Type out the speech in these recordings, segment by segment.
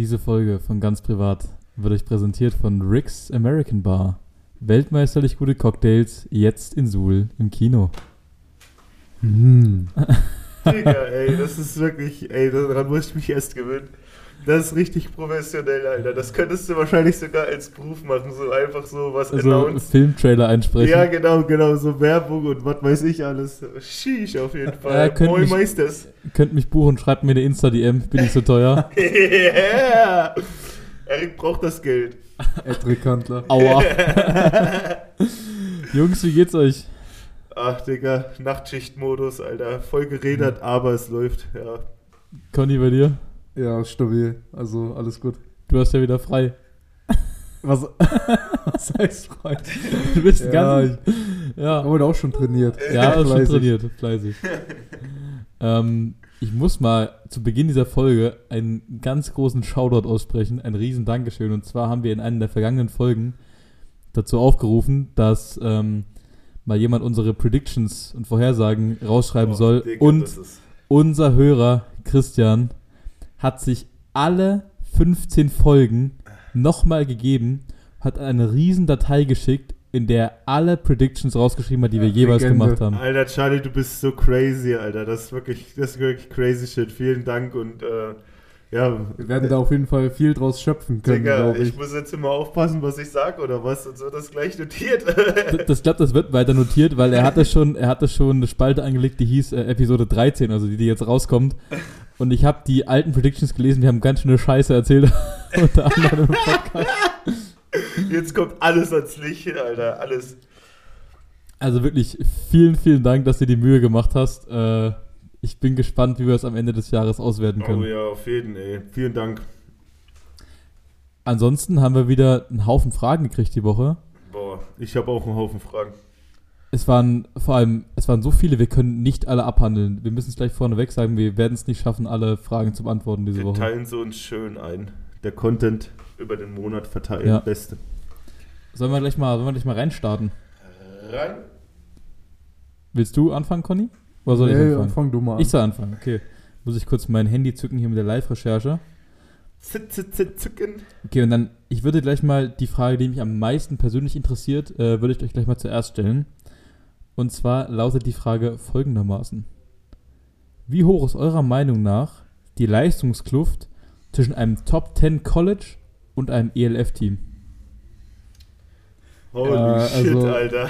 Diese Folge von Ganz Privat wird euch präsentiert von Rick's American Bar. Weltmeisterlich gute Cocktails, jetzt in Suhl im Kino. Digga, ey, das ist wirklich, daran muss ich mich erst gewöhnen. Das ist richtig professionell, Alter. Das könntest du wahrscheinlich sogar als Beruf machen, so einfach so was Also Filmtrailer einsprechen. Ja, genau, so Werbung und was weiß ich alles. Sheesh, auf jeden Fall. Moin Meisters. Könnt mich buchen, schreibt mir eine Insta-DM, bin ich so teuer. Yeah. Erik braucht das Geld. Edrick-Handler. Aua. Jungs, wie geht's euch? Ach, Digga, Nachtschichtmodus, Alter. Voll geredet, aber es läuft, ja. Conny, bei dir? Ja, stabil. Also, alles gut. Du hast ja wieder frei. Was heißt frei? Du bist Ja, ganz... Ja, Wurde auch schon trainiert. ja schon Fleißig. trainiert, fleißig. Ich muss mal zu Beginn dieser Folge einen ganz großen Shoutout aussprechen, ein riesen Dankeschön. Und zwar haben wir in einer der vergangenen Folgen dazu aufgerufen, dass mal jemand unsere Predictions und Vorhersagen rausschreiben soll. Digga, Und das ist unser Hörer Christian hat sich alle 15 Folgen nochmal gegeben, hat eine riesen Datei geschickt, in der er alle Predictions rausgeschrieben hat, die wir jeweils Legende. gemacht haben. Alter, Charlie, du bist so crazy, Alter. Das ist wirklich crazy shit. Vielen Dank und ja. Wir werden da auf jeden Fall viel draus schöpfen können, Digga, glaube ich ich. muss jetzt immer aufpassen, was ich sag oder was und so das gleich notiert. Ich glaube, das wird weiter notiert, weil er hatte schon eine Spalte angelegt, die hieß Episode 13, also die jetzt rauskommt. Und ich habe die alten Predictions gelesen, wir haben ganz schöne Scheiße erzählt, unter anderem im Podcast. Jetzt kommt alles ans Licht, Alter, alles. Also wirklich vielen, vielen Dank, dass du die Mühe gemacht hast. Ich bin gespannt, wie wir es am Ende des Jahres auswerten können. Oh ja, auf jeden, ey. Vielen Dank. Ansonsten haben wir wieder einen Haufen Fragen gekriegt die Woche. Boah, ich habe auch einen Haufen Fragen. Es waren so viele, wir können nicht alle abhandeln. Wir müssen es gleich vorneweg sagen, wir werden es nicht schaffen, alle Fragen zu beantworten diese Wir Woche. teilen so uns schön ein. Der Content über den Monat verteilen. Ja. Beste. Sollen wir gleich mal reinstarten? Rein. Willst du anfangen, Conny? Oder soll ich anfangen? Fang du mal an. Ich soll anfangen, okay. Muss ich kurz mein Handy zücken hier mit der Live-Recherche. Zücken. Okay, und dann, ich würde gleich mal die Frage, die mich am meisten persönlich interessiert, würde ich euch gleich mal zuerst stellen. Und zwar lautet die Frage folgendermaßen. Wie hoch ist eurer Meinung nach die Leistungskluft zwischen einem Top 10 College und einem ELF-Team? Holy shit, also- Alter.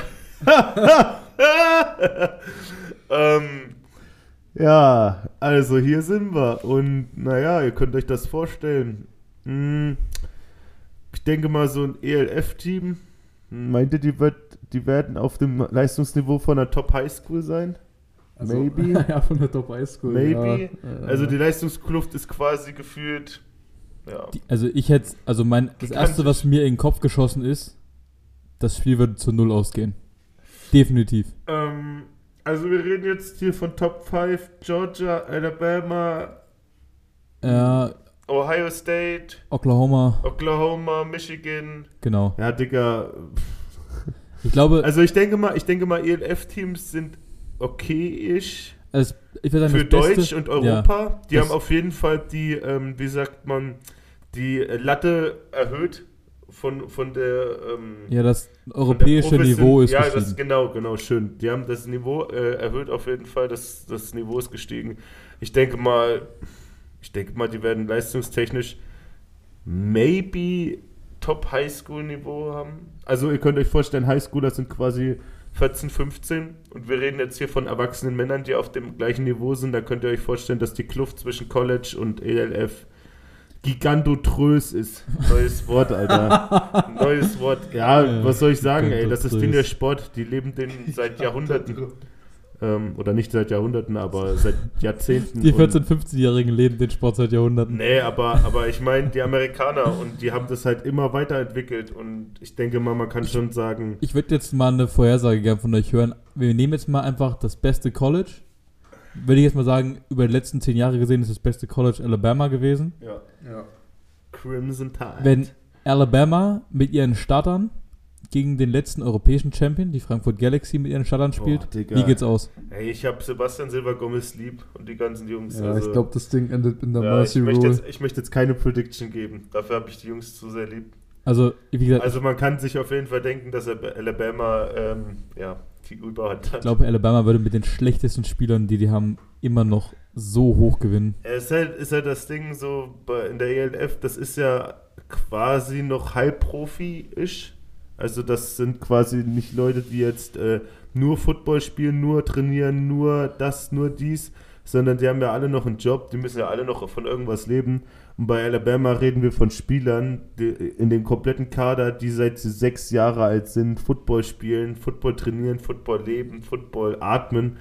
Ja, also hier sind wir. Und naja, ihr könnt euch das vorstellen. Ich denke mal, so ein ELF-Team, meint ihr, die werden auf dem Leistungsniveau von einer Top-Highschool sein? Also, Maybe. Ja, von der Top High School. Maybe. Ja. Also die Leistungskluft ist quasi gefühlt, ja. Das erste, was mir in den Kopf geschossen ist, das Spiel würde zu 0 ausgehen. Definitiv. Also wir reden jetzt hier von Top 5, Georgia, Alabama, Ohio State, Oklahoma, Michigan. genau. Ja, Digga. Ich glaube, Also ich denke mal, ELF-Teams sind okay-ish ich würde sagen, für das Beste, Deutsch und Europa. Die das- haben auf jeden Fall die, wie sagt man, die Latte erhöht von der das von europäische der Niveau ist Ja, gestiegen. das genau, schön. Die haben das Niveau erhöht auf jeden Fall, das Niveau ist gestiegen. Ich denke mal, die werden leistungstechnisch maybe Top-Highschool-Niveau haben. Also ihr könnt euch vorstellen, Highschooler sind quasi 14, 15 und wir reden jetzt hier von erwachsenen Männern, die auf dem gleichen Niveau sind. Da könnt ihr euch vorstellen, dass die Kluft zwischen College und ELF gigantotrös ist. Neues Wort, Alter. Neues Wort. Ja, was soll ich sagen, ey? Das ist der Sport. Die leben den seit Jahrhunderten. Oder nicht seit Jahrhunderten, aber seit Jahrzehnten. Die Und- 14-, 15-Jährigen leben den Sport seit Jahrhunderten. Nee, aber ich meine, die Amerikaner und die haben das halt immer weiterentwickelt und ich denke mal, man kann schon sagen, Ich würde jetzt mal eine Vorhersage gerne von euch hören. Wir nehmen jetzt mal einfach das beste College. Würde ich jetzt mal sagen, über die letzten 10 Jahre gesehen ist das beste College Alabama gewesen. ja, Ja. Crimson Tide. Wenn Alabama mit ihren Startern gegen den letzten europäischen Champion, die Frankfurt Galaxy, mit ihren Startern spielt. Digga. Wie geht's aus? Ey, ich habe Sebastian Silva Gomez lieb und die ganzen Jungs. Ja, also, ich glaube, das Ding endet in der ja, Mercy ich Rule. möchte jetzt keine Prediction geben. Dafür habe ich die Jungs zu sehr lieb. Also, wie gesagt, Also man kann sich auf jeden Fall denken, dass Alabama die Überhand hat. ich glaube, Alabama würde mit den schlechtesten Spielern, die haben, immer noch so hoch gewinnen. Es ist halt das Ding so in der ELF, das ist ja quasi noch Halbprofi-isch. Also das sind quasi nicht Leute, die jetzt nur Football spielen, nur trainieren, nur das, nur dies, sondern die haben ja alle noch einen Job, die müssen ja alle noch von irgendwas leben. Und bei Alabama reden wir von Spielern die in dem kompletten Kader, die seit sie 6 Jahre alt sind, Football spielen, Football trainieren, Football leben, Football atmen.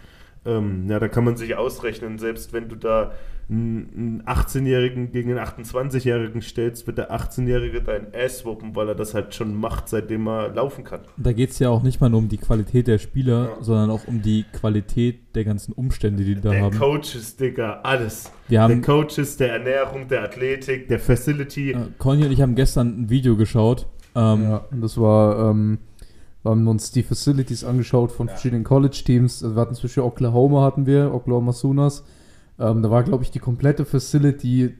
Da kann man sich ausrechnen, selbst wenn du da einen 18-Jährigen gegen einen 28-Jährigen stellst, wird der 18-Jährige dein Ass wuppen, weil er das halt schon macht, seitdem er laufen kann. Da geht es ja auch nicht mal nur um die Qualität der Spieler, sondern auch um die Qualität der ganzen Umstände, die da Der haben. Coaches, Digga, alles. Wir haben, Der Coaches, der Ernährung, der Athletik, der Facility. Conny und ich haben gestern ein Video geschaut. Ja, und das war, wir haben uns die Facilities angeschaut von verschiedenen College-Teams. Also wir hatten zum Beispiel Oklahoma Sooners. Da war, glaube ich, die komplette Facility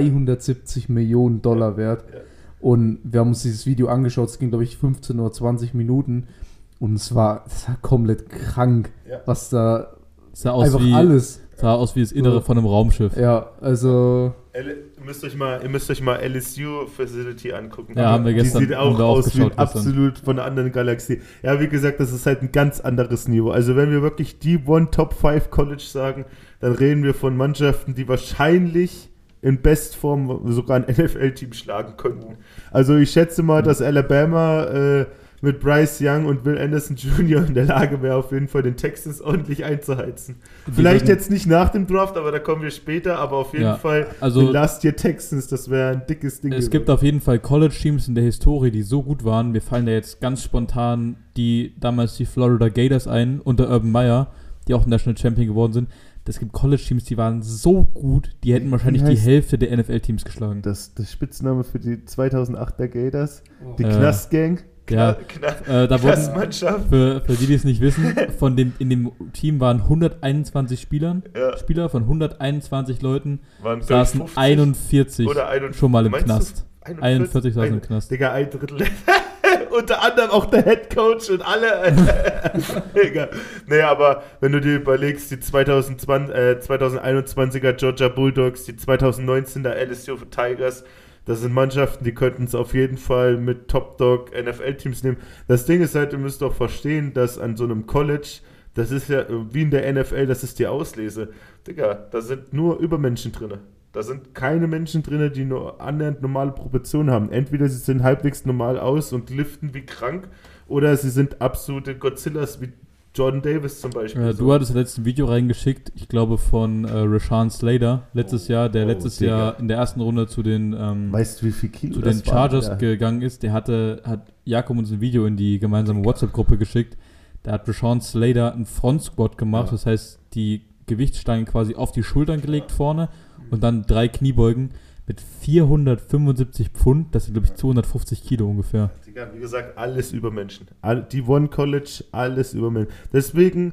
$370 Millionen wert. Ja. Und wir haben uns dieses Video angeschaut. Es ging, glaube ich, 15 oder 20 Minuten. Und es war komplett krank, Ja. was da sah aus einfach wie, alles. sah aus wie das Innere von einem Raumschiff. Ja, also Ihr müsst euch mal LSU Facility angucken. Ja, haben wir gestern Die sieht auch haben wir aus wie geschaut gestern. absolut von einer anderen Galaxie. Ja, wie gesagt, das ist halt ein ganz anderes Niveau. Also wenn wir wirklich die Top 5 College sagen, dann reden wir von Mannschaften, die wahrscheinlich in Bestform sogar ein NFL-Team schlagen könnten. Also ich schätze mal, dass Alabama mit Bryce Young und Will Anderson Jr. in der Lage wäre, auf jeden Fall den Texans ordentlich einzuheizen. Vielleicht jetzt nicht nach dem Draft, aber da kommen wir später, aber auf jeden Fall also den Last Year Texans, das wäre ein dickes Ding. Es gibt auf jeden Fall College-Teams in der Historie, die so gut waren. Mir fallen da jetzt ganz spontan damals die Florida Gators ein, unter Urban Meyer, die auch National Champion geworden sind. Es gibt College-Teams, die waren so gut, die hätten wahrscheinlich die Hälfte der NFL-Teams geschlagen. Das Spitzname für die 2008er Gators, die Ja. Knastgang. Ja, da wurden, Knastmannschaft. für die, die es nicht wissen, in dem Team waren 121 Spieler von 121 Leuten, Waren saßen 50 oder 41 oder 41 schon mal im meinst du? Knast. 41 saßen im Knast. Digga, ein Drittel. Unter anderem auch der Head Coach und alle. Digga. Nee, aber wenn du dir überlegst, die 2021er Georgia Bulldogs, die 2019er LSU Tigers, das sind Mannschaften, die könnten es auf jeden Fall mit Top-Dog NFL-Teams nehmen. Das Ding ist halt, ihr müsst auch verstehen, dass an so einem College, das ist ja wie in der NFL, das ist die Auslese. Digga, da sind nur Übermenschen drin. Da sind keine Menschen drin, die nur annähernd normale Proportionen haben. Entweder sie sehen halbwegs normal aus und liften wie krank, oder sie sind absolute Godzillas wie Jordan Davis zum Beispiel. Du hattest letztes ein Video reingeschickt, ich glaube von Rashawn Slater, letztes Jahr, der letztes Digga. Jahr in der ersten Runde zu den Weißt du, wie viel Kilo zu das den Chargers war? gegangen ist. Hat Jakob uns ein Video in die gemeinsame WhatsApp-Gruppe geschickt. Da hat Rashawn Slater einen Front-Squat gemacht, das heißt, die Gewichtsstangen quasi auf die Schultern gelegt vorne und dann 3 Kniebeugen mit 475 Pfund, das sind glaube ich 250 Kilo ungefähr. Digga, wie gesagt, alles Übermenschen. Die One College, alles Übermenschen. Deswegen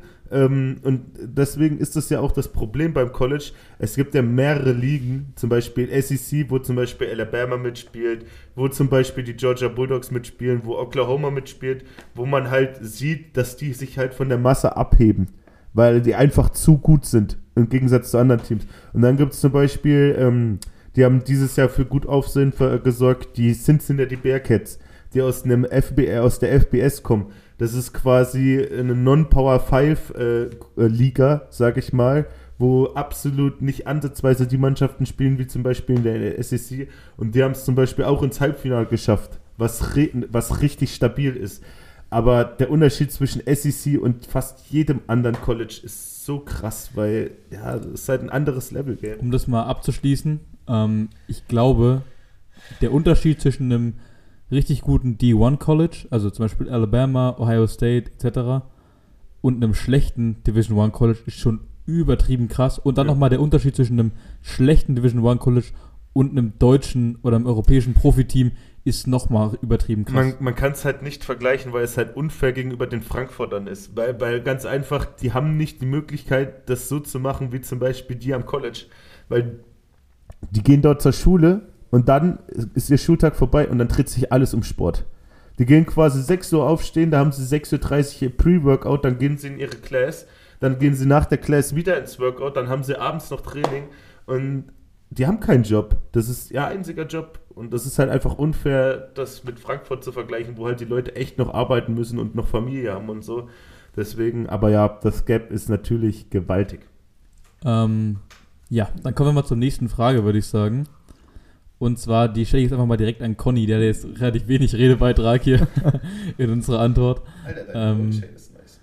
ist das ja auch das Problem beim College. Es gibt ja mehrere Ligen, zum Beispiel SEC, wo zum Beispiel Alabama mitspielt, wo zum Beispiel die Georgia Bulldogs mitspielen, wo Oklahoma mitspielt, wo man halt sieht, dass die sich halt von der Masse abheben, weil die einfach zu gut sind, im Gegensatz zu anderen Teams. Und dann gibt es zum Beispiel, die haben dieses Jahr für gut Aufsehen gesorgt, die Cincinnati Bearcats, die aus der FBS kommen. Das ist quasi eine Non-Power 5 Liga, sag ich mal, wo absolut nicht ansatzweise die Mannschaften spielen, wie zum Beispiel in der SEC. Und die haben es zum Beispiel auch ins Halbfinale geschafft, was richtig stabil ist. Aber der Unterschied zwischen SEC und fast jedem anderen College ist so krass, weil ja, es ist halt ein anderes Level, gell? Um das mal abzuschließen, ich glaube, der Unterschied zwischen einem richtig guten D1 College, also zum Beispiel Alabama, Ohio State etc. und einem schlechten Division 1 College ist schon übertrieben krass. Und dann nochmal der Unterschied zwischen einem schlechten Division 1 College und einem deutschen oder einem europäischen Profiteam ist nochmal übertrieben krass. Man kann es halt nicht vergleichen, weil es halt unfair gegenüber den Frankfurtern ist. Weil ganz einfach, die haben nicht die Möglichkeit, das so zu machen, wie zum Beispiel die am College. Weil die gehen dort zur Schule und dann ist ihr Schultag vorbei und dann dreht sich alles um Sport. Die gehen quasi 6 Uhr aufstehen, da haben sie 6:30 Uhr ihr Pre-Workout, dann gehen sie in ihre Class, dann gehen sie nach der Class wieder ins Workout, dann haben sie abends noch Training und die haben keinen Job. Das ist ihr einziger Job. Und das ist halt einfach unfair, das mit Frankfurt zu vergleichen, wo halt die Leute echt noch arbeiten müssen und noch Familie haben und so. Deswegen, aber ja, das Gap ist natürlich gewaltig. Ja, dann kommen wir mal zur nächsten Frage, würde ich sagen. Und zwar, die stelle ich jetzt einfach mal direkt an Conny, der hat jetzt relativ wenig Redebeitrag hier in unserer Antwort. Alter, deine Chain ist nice.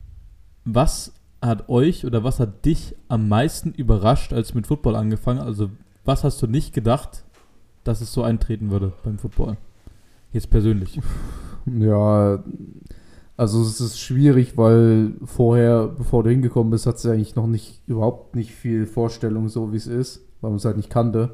Was hat euch oder was hat dich am meisten überrascht, als du mit Football angefangen? Also, was hast du nicht gedacht, dass es so eintreten würde beim Football? Jetzt persönlich. Ja, also es ist schwierig, weil vorher, bevor du hingekommen bist, hat es eigentlich noch überhaupt nicht viel Vorstellung, so wie es ist, weil man es halt nicht kannte.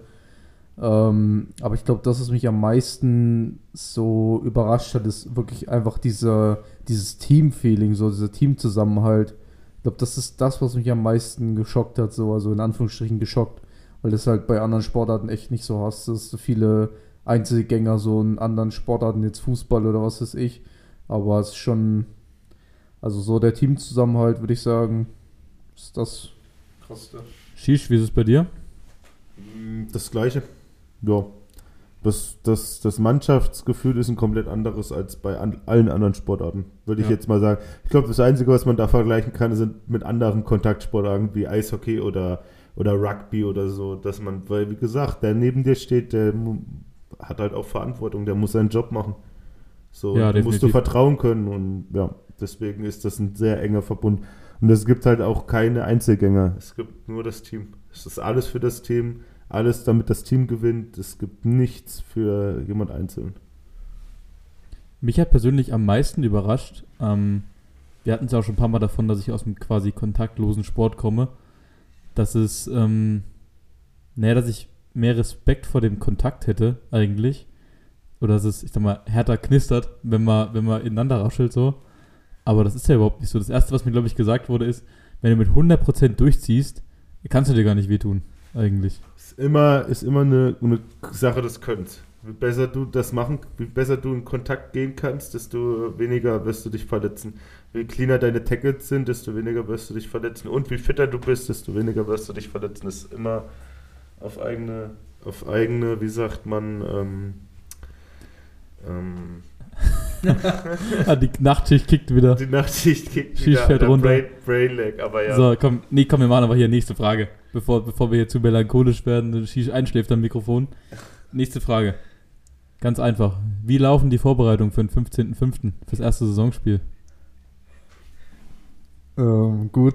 Aber ich glaube, das, was mich am meisten so überrascht hat, ist wirklich einfach dieses Team-Feeling, so dieser Teamzusammenhalt. Ich glaube, das ist das, was mich am meisten geschockt hat, so, also in Anführungsstrichen geschockt, weil das halt bei anderen Sportarten echt nicht so hast, dass du viele Einzelgänger so in anderen Sportarten, jetzt Fußball oder was weiß ich, aber es ist schon, also so der Teamzusammenhalt, würde ich sagen, ist das Krasseste. Shish, wie ist es bei dir? Das Gleiche. Ja. Das Mannschaftsgefühl ist ein komplett anderes als bei allen anderen Sportarten, würde ich jetzt mal sagen. Ich glaube, das Einzige, was man da vergleichen kann, sind mit anderen Kontaktsportarten wie Eishockey oder Rugby oder so, dass man, weil wie gesagt, der neben dir steht, der hat halt auch Verantwortung, der muss seinen Job machen. So, ja, musst du vertrauen können und ja, deswegen ist das ein sehr enger Verbund. Und es gibt halt auch keine Einzelgänger, es gibt nur das Team. Es ist alles für das Team, alles damit das Team gewinnt, es gibt nichts für jemand einzeln. Mich hat persönlich am meisten überrascht, wir hatten es ja auch schon ein paar Mal davon, dass ich aus dem quasi kontaktlosen Sport komme, dass es, dass ich mehr Respekt vor dem Kontakt hätte eigentlich, oder dass es, ich sag mal, härter knistert, wenn man ineinander raschelt so, aber das ist ja überhaupt nicht so. Das Erste, was mir, glaube ich, gesagt wurde, ist, wenn du mit 100% durchziehst, kannst du dir gar nicht wehtun, eigentlich. Ist immer eine Sache des Könnens. Wie besser du das machen, wie besser du in Kontakt gehen kannst, desto weniger wirst du dich verletzen. Wie cleaner deine Tackles sind, desto weniger wirst du dich verletzen. Und wie fitter du bist, desto weniger wirst du dich verletzen. Das ist immer auf eigene, wie sagt man, Die Nachtschicht kickt wieder. Die Nachtschicht kickt Shish wieder. fällt runter. Brain lag, aber ja. So, komm, wir machen aber hier nächste Frage. Bevor wir hier zu melancholisch werden, Shish einschläft am Mikrofon. Nächste Frage. Ganz einfach. Wie laufen die Vorbereitungen für den 15.05. fürs erste Saisonspiel? Gut.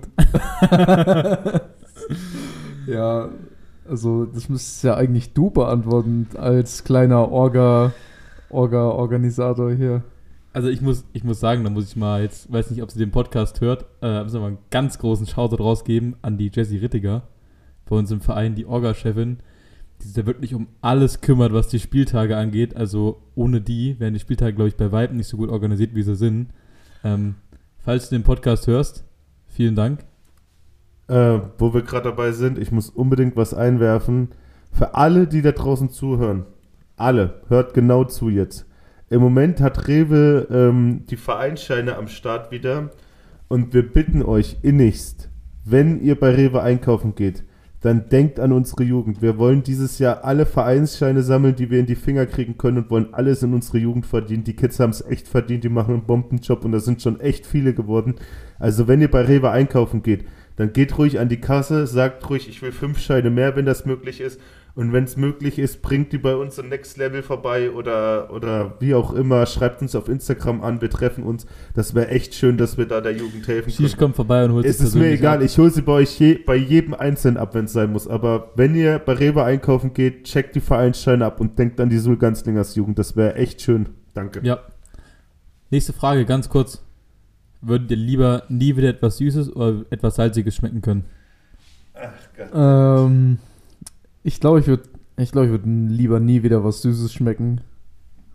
Ja, also das müsstest ja eigentlich du beantworten als kleiner Organisator hier. Also ich muss sagen, da muss ich mal jetzt, weiß nicht, ob sie den Podcast hört, müssen wir mal einen ganz großen Shoutout rausgeben an die Jessie Rittiger bei uns im Verein, die Orga-Chefin, die sich da wirklich um alles kümmert, was die Spieltage angeht. Also ohne die wären die Spieltage, glaube ich, bei weitem nicht so gut organisiert, wie sie sind. Falls du den Podcast hörst, vielen Dank. Wo wir gerade dabei sind, ich muss unbedingt was einwerfen. Für alle, die da draußen zuhören, alle, hört genau zu jetzt. Im Moment hat Rewe die Vereinsscheine am Start wieder und wir bitten euch innigst, wenn ihr bei Rewe einkaufen geht, dann denkt an unsere Jugend. Wir wollen dieses Jahr alle Vereinsscheine sammeln, die wir in die Finger kriegen können und wollen alles in unsere Jugend verdienen. Die Kids haben es echt verdient, die machen einen Bombenjob und das sind schon echt viele geworden. Also wenn ihr bei Rewe einkaufen geht, dann geht ruhig an die Kasse, sagt ruhig, ich will 5 Scheine mehr, wenn das möglich ist. Und wenn es möglich ist, bringt die bei uns im Next Level vorbei oder wie auch immer, schreibt uns auf Instagram an, wir treffen uns. Das wäre echt schön, dass wir da der Jugend helfen können. Shish kommt vorbei und holt es ist mir egal, ab. Ich hole sie bei euch bei jedem Einzelnen ab, wenn es sein muss. Aber wenn ihr bei Rewe einkaufen geht, checkt die Vereinsscheine ab und denkt an die Sulganslingers Jugend. Das wäre echt schön. Danke. Ja. Nächste Frage, ganz kurz. Würdet ihr lieber nie wieder etwas Süßes oder etwas Salziges schmecken können? Ach Gott. Ich glaube, ich würde lieber nie wieder was Süßes schmecken.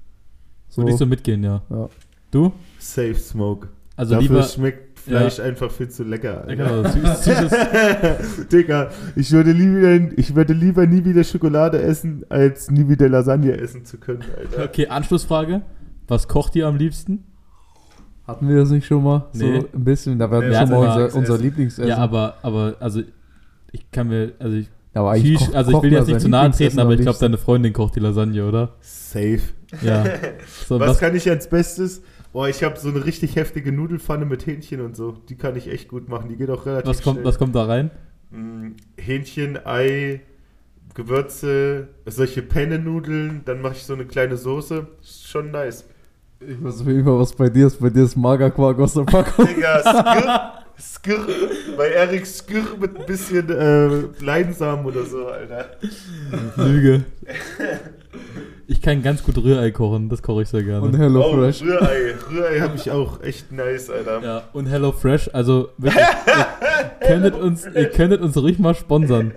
Würde ich so mitgehen, ja. Ja. Du? Safe Smoke. Also Dafür lieber... schmeckt Fleisch einfach viel zu lecker, Alter. Genau, süßes... Digga, ich würde lieber nie wieder Schokolade essen, als nie wieder Lasagne essen zu können, Alter. Okay, Anschlussfrage. Was kocht ihr am liebsten? Hatten wir das nicht schon mal? Nee. So ein bisschen, da werden Wir schon hatten mal mal unser Essen. Lieblingsessen. Ja, aber, also, ich kann mir, also, Ja, aber eigentlich ich will jetzt nicht zu nahe treten, aber ich glaube, deine Freundin kocht die Lasagne, oder? Safe. Ja. So, Was kann ich als Bestes? Boah, ich habe so eine richtig heftige Nudelfanne mit Hähnchen und so. Die kann ich echt gut machen. Die geht auch relativ schnell. was kommt da rein? Hähnchen, Ei, Gewürze, solche Penne-Nudeln. Dann mache ich so eine kleine Soße. Ist schon nice. Ich weiß auf jeden Fall, was bei dir ist. Bei dir ist Magerquark aus der Packung. Digga, Skir. Bei Erik Skir mit ein bisschen Leinsamen oder so, Alter. Lüge. Ich kann ganz gut Rührei kochen, das koche ich sehr gerne. Und Hello Fresh. Rührei. Rührei habe ich auch. Echt nice, Alter. Ja, und Hello Fresh, also wirklich, ihr könntet uns ruhig mal sponsern.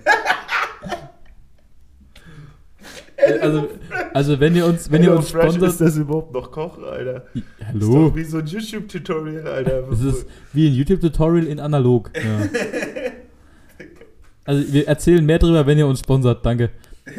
Also wenn ihr uns Fresh, sponsert... ist das überhaupt noch Kochen, Alter? Ist Hallo? doch wie so ein YouTube-Tutorial, Alter. Es ist wie ein YouTube-Tutorial in analog. Ja. Also wir erzählen mehr drüber, wenn ihr uns sponsert, danke.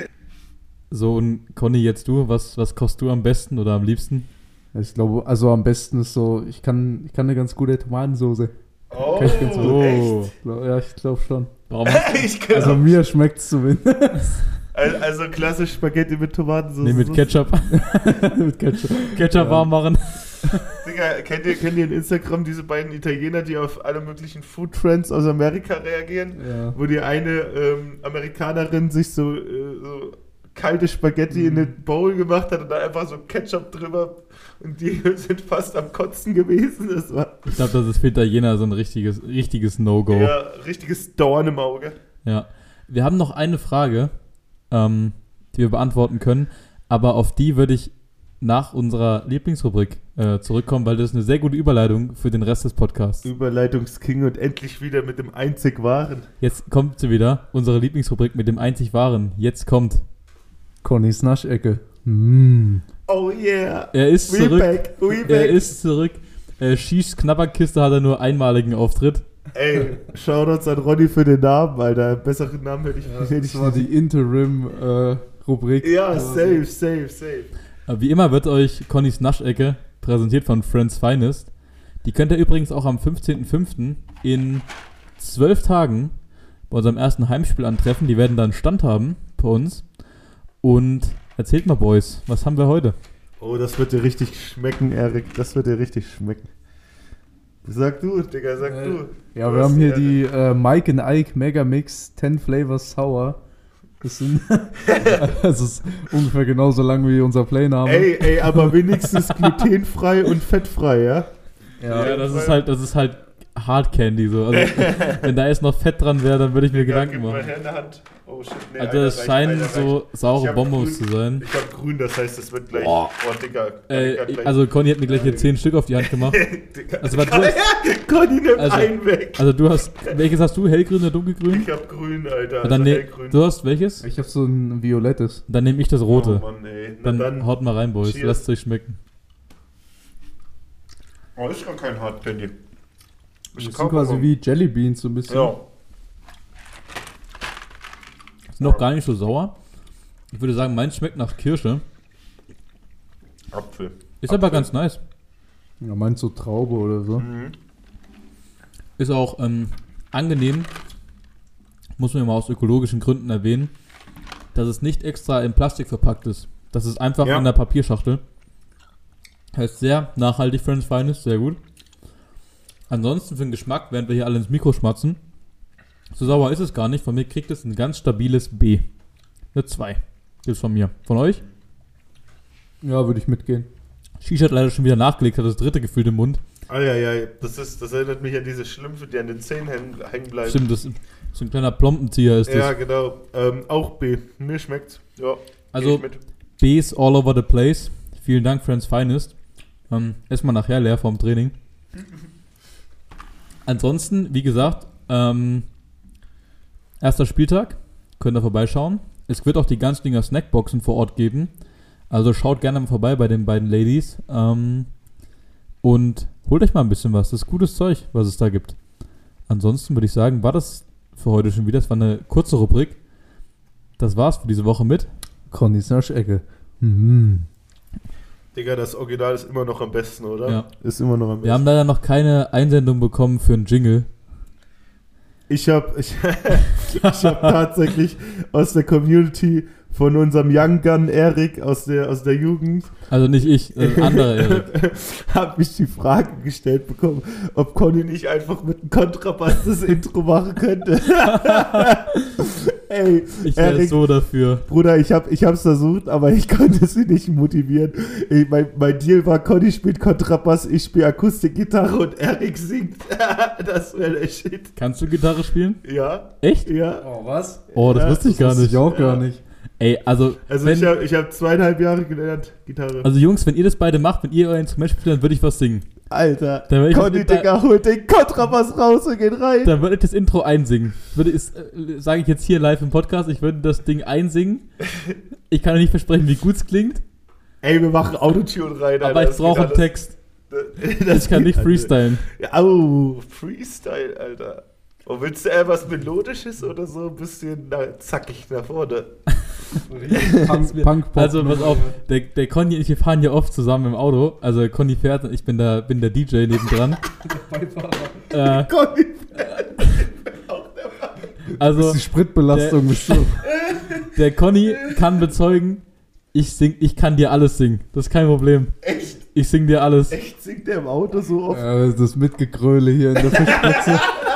So, und Conny, jetzt du, was kochst du am besten oder am liebsten? Ich glaube, also am besten ist so, ich kann eine ganz gute Tomatensoße. Oh, Kann ich ganz gut. echt? Ja, ich glaube schon. Warum? Also mir schmeckt es zumindest. Also klassisch Spaghetti mit Tomatensauce. Nee, mit Ketchup. Mit Ketchup. Ketchup warm machen. Digga, kennt ihr in Instagram diese beiden Italiener, die auf alle möglichen Food-Trends aus Amerika reagieren? Ja. Wo die eine Amerikanerin sich so kalte Spaghetti in den Bowl gemacht hat und da einfach so Ketchup drüber und die sind fast am Kotzen gewesen. Das war Ich glaube, das ist für Italiener so ein richtiges No-Go. ja richtiges Dorn im Auge. Ja. Wir haben noch eine Frage, die wir beantworten können, aber auf die würde ich nach unserer Lieblingsrubrik zurückkommen, weil das ist eine sehr gute Überleitung für den Rest des Podcasts. Überleitungsking und endlich wieder mit dem einzig Wahren. Jetzt kommt sie wieder, unsere Lieblingsrubrik mit dem einzig Wahren. Jetzt kommt. Connys Naschecke. Mm. Oh yeah. Er ist We zurück. back. We Er back. ist zurück. Schieß Knabberkiste hat er nur einmaligen Auftritt. Ey, Shoutouts an Ronny für den Namen, Alter. Besseren Namen hätte ich Das war die Interim-Rubrik. Ja, safe. Wie immer wird euch Connys Naschecke präsentiert von Friends Finest. Die könnt ihr übrigens auch am 15.05. in 12 Tagen bei unserem ersten Heimspiel antreffen. Die werden dann Stand haben bei uns. Und erzählt mal, Boys, was haben wir heute? Oh, das wird dir richtig schmecken, Erik. Das wird dir richtig schmecken. Sag du, Digga, sag du. Ja, wir haben hier die Mike and Ike Mega Mix 10 Flavors Sour. Das ist ungefähr genauso lang wie unser Playname. Ey, aber wenigstens glutenfrei und fettfrei, ja? Ja, das ist halt Hard Candy so. Also, wenn da jetzt noch Fett dran wäre, dann würde ich mir Gedanken gib mal machen. her in der Hand. Oh shit, nee, Also es scheinen so saure Bonbons zu sein. Ich hab grün, das heißt, es wird gleich... Oh, Digga. Gleich. Also Conny hat mir gleich hier 10 Stück auf die Hand gemacht. Digga. Also, was du hast, Conny nimmt Also- einen weg. also du hast, welches hast du? Hellgrün oder dunkelgrün? Ich hab grün, Alter. Und dann hellgrün. du hast welches? Ich habe so ein violettes. Dann nehme ich das rote. Oh Mann, ey. Na Dann haut mal rein, Boys. Cheers. Lasst es euch schmecken. Oh, ist gar kein Hard Candy. Das sind quasi wie Jelly Beans so ein bisschen. Ja. Ist noch gar nicht so sauer. Ich würde sagen, meins schmeckt nach Kirsche. Apfel. Ist aber ganz nice. Ja, meinst du Traube oder so? Mhm. Ist auch angenehm. Muss man ja mal aus ökologischen Gründen erwähnen, dass es nicht extra in Plastik verpackt ist. Das ist einfach in der Papierschachtel. Heißt sehr nachhaltig, Friends Finest, sehr gut. Ansonsten für den Geschmack, während wir hier alle ins Mikro schmatzen, so sauer ist es gar nicht. Von mir kriegt es ein ganz stabiles B. Eine 2. Gibt's von mir. Von euch? Ja, würde ich mitgehen. Shisha hat leider schon wieder nachgelegt, hat das dritte gefühlt im Mund. Ja. Das erinnert mich an diese Schlümpfe, die an den Zähnen hängen bleiben. Stimmt, das ist so ein kleiner Plompenzieher ist das. Ja, genau. Auch B. Mir schmeckt's. Ja. Also geh ich mit. B ist all over the place. Vielen Dank, Friends Finest. Essen wir nachher leer vorm Training. Ansonsten, wie gesagt, erster Spieltag. Könnt ihr vorbeischauen. Es wird auch die Ganzlinger Snackboxen vor Ort geben. Also schaut gerne mal vorbei bei den beiden Ladies und holt euch mal ein bisschen was. Das ist gutes Zeug, was es da gibt. Ansonsten würde ich sagen, war das für heute schon wieder. Das war eine kurze Rubrik. Das war's für diese Woche mit Connys Naschecke. Digga, das Original ist immer noch am besten, oder? Ja. Ist immer noch am besten. Wir haben leider noch keine Einsendung bekommen für einen Jingle. Ich hab tatsächlich aus der Community von unserem Young Gun Erik aus der Jugend Also nicht ich, ein anderer Erik. habe mich die Frage gestellt bekommen, ob Conny nicht einfach mit einem Kontrabass das Intro machen könnte. Ey, Ich wäre Erik, so dafür. Bruder, ich hab's versucht, aber ich konnte sie nicht motivieren. Mein Deal war, Conny spielt Kontrabass, ich spiele Akustikgitarre und Erik singt. Das wäre der Shit. Kannst du Gitarre spielen? Ja? Echt? Ja. Oh, was? Oh, das Ja, wusste ich gar wusste nicht. ich auch gar nicht. Ey, also, Also wenn, ich hab 2,5 Jahre gelernt, Gitarre. also Jungs, wenn ihr das beide macht, wenn ihr euer Instrument spielt, dann würde ich was singen. Alter, Da wär ich Conny, mit der- Digga, holt den Kontrabass raus und geht rein. Dann würde ich das Intro einsingen. Sage ich jetzt hier live im Podcast, ich würde das Ding einsingen. Ich kann euch nicht versprechen, wie gut es klingt, Ey, wir machen Autotune rein, Alter. aber ich Das brauche geht einen Text. alles- Ich kann nicht geht alles. freestylen. Ja, au, Freestyle, Alter. Und willst du eher was Melodisches oder so ein bisschen zackig nach vorne? Punk Also, pass auf, der Conny und ich, wir fahren ja oft zusammen im Auto. Also, Conny fährt und ich bin der DJ nebendran. Conny, Also, die Spritbelastung bestimmt. der Conny kann bezeugen, ich kann dir alles singen. Das ist kein Problem. echt, Ich sing dir alles. echt singt der im Auto so oft? Das Mitgegröle hier in der Fischspitze.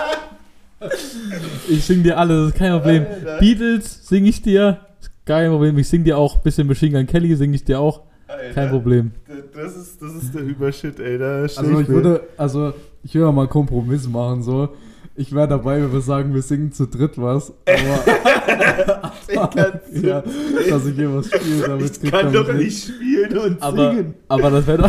Ich sing dir alles, das ist kein Problem. Alter. Beatles sing ich dir, ist kein Problem. Ich sing dir auch ein bisschen Machine Gun Kelly, sing ich dir auch, Alter, kein Problem. Das ist der Übershit, ey. Da steh Also ich ich würde mal einen Kompromiss machen, so. Ich wäre dabei, wenn wir sagen, wir singen zu dritt was, aber ja, dass ich hier was spiele, damit Ich kriegt kann man doch mich nicht spielen und Aber, singen. aber das wäre doch.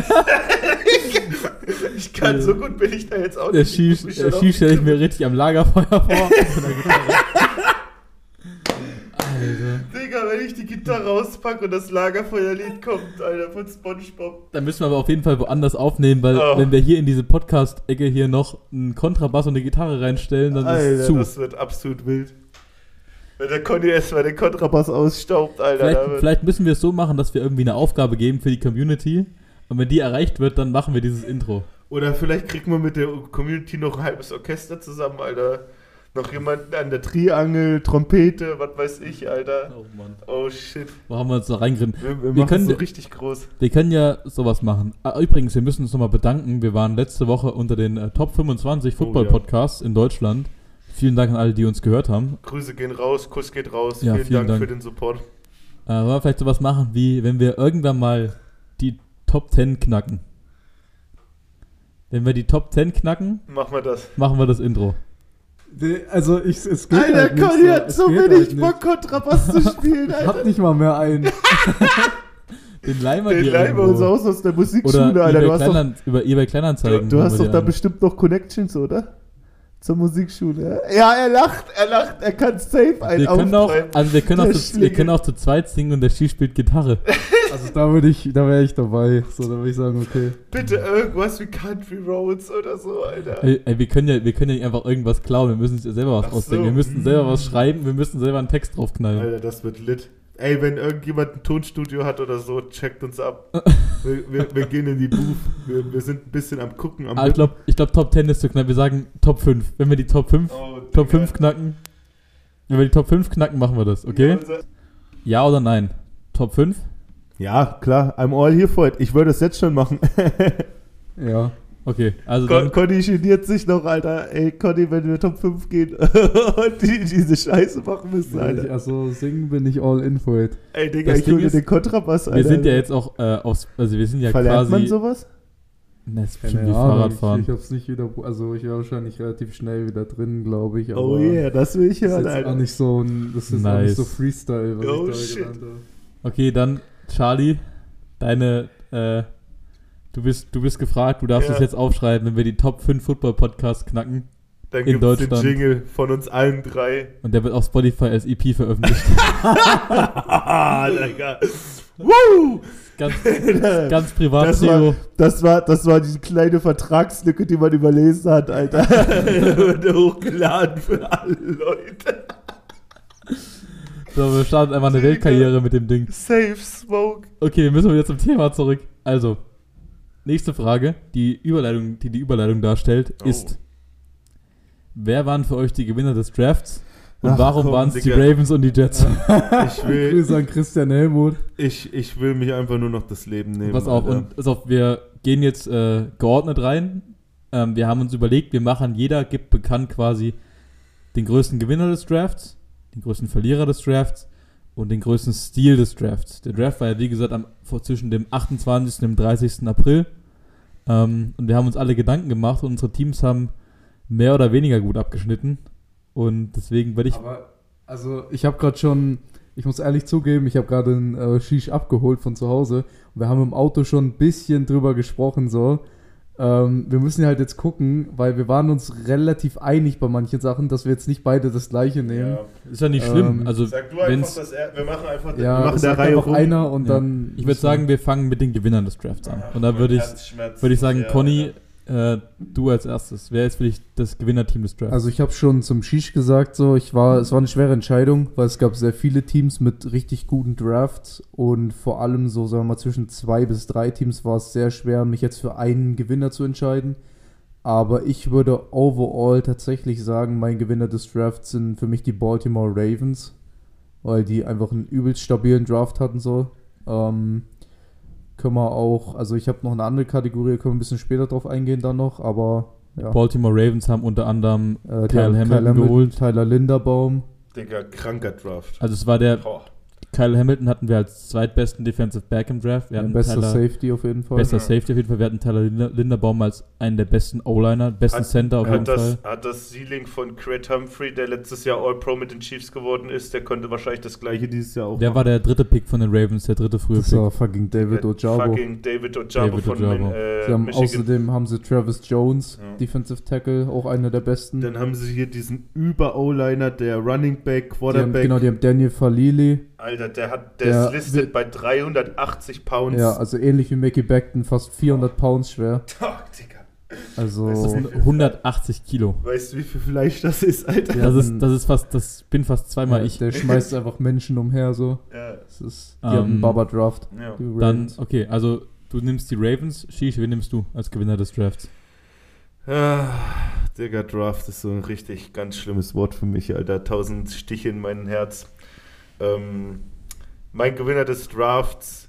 Ich kann so gut bin ich da jetzt auch Der nicht. Ich Ski muss mich schon auf- stelle ich mir richtig am Lagerfeuer vor. Von der Gitarre. Alter. Digga, wenn ich die Gitarre rauspacke und das Lagerfeuerlied kommt, Alter, von Spongebob. Da müssen wir aber auf jeden Fall woanders aufnehmen, weil Oh. wenn wir hier in diese Podcast-Ecke hier noch einen Kontrabass und eine Gitarre reinstellen, dann ist es Alter, zu. das wird absolut wild. Wenn der Conny erstmal den Kontrabass ausstaubt, Alter. Vielleicht müssen wir es so machen, dass wir irgendwie eine Aufgabe geben für die Community. Und wenn die erreicht wird, dann machen wir dieses Intro. Oder vielleicht kriegt man mit der Community noch ein halbes Orchester zusammen, Alter. Noch jemanden an der Triangel, Trompete, was weiß ich, Alter. Oh Mann. Oh shit. Wo haben wir uns da reingerissen? Wir Wir machen können- so richtig groß. Wir können ja sowas machen. Übrigens, wir müssen uns nochmal bedanken. Wir waren letzte Woche unter den Top 25 Football-Podcasts in Deutschland. Vielen Dank an alle, die uns gehört haben. Grüße gehen raus, Kuss geht raus. Ja, vielen vielen Dank Dank. für den Support. Wollen wir vielleicht sowas machen, wie wenn wir irgendwann mal die Top 10 knacken. Wenn wir die Top 10 knacken, Machen wir das. machen wir das Intro. Also es geht Alter, halt nicht Conny so. hat Es so geht wenig halt Bock, Kontrabass zu spielen, Ich Alter. hab nicht mal mehr einen. Den leihen wir Den dir leihen wir irgendwo. uns aus der Oder Musikschule, Alter. über eBay Kleinanzeigen. Du holen hast wir doch die da an. bestimmt noch Connections, oder? Zur Musikschule. Ja, er lacht, er kann safe einen Wir können auch, auftreiben. also wir können Der auch, wir können Schlingel. auch zu zweit singen und der Ski spielt Gitarre. Also da wäre ich dabei. So, da würde ich sagen, okay. Bitte irgendwas wie Country Roads oder so, Alter. Ey, wir können ja nicht einfach irgendwas klauen, wir müssen uns ja selber was Ach so. ausdenken. Wir müssen selber was schreiben, wir müssen selber einen Text draufknallen. Alter, das wird lit. Ey, wenn irgendjemand ein Tonstudio hat oder so, checkt uns ab. Wir gehen in die Booth. Wir sind ein bisschen am Gucken, am Aber ich glaub, Top 10 ist zu knapp. Wir sagen Top 5. Wenn wir die Top 5, Oh, Top Digga. 5 knacken, wenn wir die Top 5 knacken, machen wir das, okay? Ja oder nein? Top 5? Ja, klar. I'm all here for it. Ich würde es jetzt schon machen. Ja. Okay, also dann, Conny geniert sich noch, Alter. Ey, Conny, wenn wir Top 5 gehen und diese Scheiße machen müssen, Alter. Also singen bin ich all in for it. Ey, Digga, Das ich Ding hole ist, den Kontrabass, Alter. wir sind ja jetzt auch also wir sind ja Verlernt quasi... man sowas? Na, ist bestimmt Keine wie Ahnung, Fahrradfahren. ich hab's nicht wieder, also ich wäre wahrscheinlich relativ schnell wieder drin, glaube ich. Aber Oh yeah, das will ich das ist hören, jetzt Alter. auch nicht so ein, das ist auch Nice. nicht so Freestyle, was Oh, ich da shit. gelernt habe. Okay, dann Charlie, du bist gefragt, du darfst Ja. es jetzt aufschreiben, wenn wir die Top 5 Football-Podcasts knacken. Dann in gibt's Deutschland. den Jingle von uns allen drei. Und der wird auf Spotify als EP veröffentlicht. Ah, Digga. Woo! Ganz privat, Das Theo. war die kleine Vertragslücke, die man überlesen hat, Alter. Wurde hochgeladen für alle Leute. So, wir starten einfach eine Weltkarriere mit dem Ding. Safe Smoke. Okay, müssen wir wieder zum Thema zurück. Also, nächste Frage, die die Überleitung darstellt, ist: Wer waren für euch die Gewinner des Drafts? Und Ach, warum komm, waren es die Digga. Ravens und die Jets? Grüße an Christian Helmuth. Ich will mich einfach nur noch das Leben nehmen. Pass auf, Alter. wir gehen jetzt geordnet rein. Wir haben uns überlegt, jeder gibt bekannt quasi den größten Gewinner des Drafts, den größten Verlierer des Drafts und den größten Stil des Drafts. Der Draft war ja, wie gesagt, zwischen dem 28. und dem 30. April. Und wir haben uns alle Gedanken gemacht und unsere Teams haben mehr oder weniger gut abgeschnitten. Und deswegen werde ich... Aber, also, ich habe gerade schon, ich muss ehrlich zugeben, ich habe gerade einen Shish abgeholt von zu Hause. Und wir haben im Auto schon ein bisschen drüber gesprochen, so. Wir müssen halt jetzt gucken, weil wir waren uns relativ einig bei manchen Sachen, dass wir jetzt nicht beide das gleiche nehmen. Ja. Ist ja nicht schlimm. Also, Sag du einfach, wenn's, wir machen einfach Ja, wir machen sag der Reihe einfach rum. einer und ja. dann... Ich würde sagen, wir fangen mit den Gewinnern des Drafts an. Und da Mein würde Herzschmerz ich sagen, sehr, Conny, Alter. du als erstes. Wer ist für dich das Gewinnerteam des Drafts? Also ich habe schon zum Shish gesagt, so es war eine schwere Entscheidung, weil es gab sehr viele Teams mit richtig guten Drafts und vor allem so, sagen wir mal, zwischen 2 bis 3 Teams war es sehr schwer, mich jetzt für einen Gewinner zu entscheiden. Aber ich würde overall tatsächlich sagen, mein Gewinner des Drafts sind für mich die Baltimore Ravens, weil die einfach einen übelst stabilen Draft hatten so. Können wir auch, also ich habe noch eine andere Kategorie, können wir ein bisschen später drauf eingehen dann noch, aber ja. Baltimore Ravens haben unter anderem Die Kyle haben Hamilton geholt. Tyler Linderbaum. Digga, kranker Draft. Also es war der Boah. Kyle Hamilton hatten wir als zweitbesten Defensive Back im Draft. Wir hatten Bester Tyler, Safety auf jeden Fall. bester Safety auf jeden Fall. Wir hatten Tyler Linderbaum als einen der besten O-Liner, besten Center auf jeden Fall. Hat das Ceiling von Craig Humphrey, der letztes Jahr All-Pro mit den Chiefs geworden ist, der konnte wahrscheinlich das gleiche dieses Jahr auch Der war der dritte Pick von den Ravens, der dritte frühe Das Pick. war fucking David Ojabo. Fucking David Ojabo von Ojabo. Sie haben Michigan. außerdem haben sie Travis Jones, Ja. Defensive Tackle, auch einer der besten. Dann haben sie hier diesen Über-O-Liner, der Running Back, Die haben, Quarterback. genau, die haben Daniel Falili. Alter, der Der ist listet bei 380 Pounds. Ja, also ähnlich wie Mickey Beckton, fast 400 Pounds schwer. Ach, Digga. Also Das sind 180 Kilo. Weißt du, wie viel Fleisch das ist, Alter? Ja, Das bin fast zweimal ja, ich. der schmeißt einfach Menschen umher so. Ja. Die haben einen Baba-Draft. Ja. die Dann, Ravens. okay, also du nimmst die Ravens. Shish, wen nimmst du als Gewinner des Drafts? Digga, Draft ist so ein richtig ganz schlimmes Wort für mich, Alter. 1000 Stiche in mein Herz. Mein Gewinner des Drafts,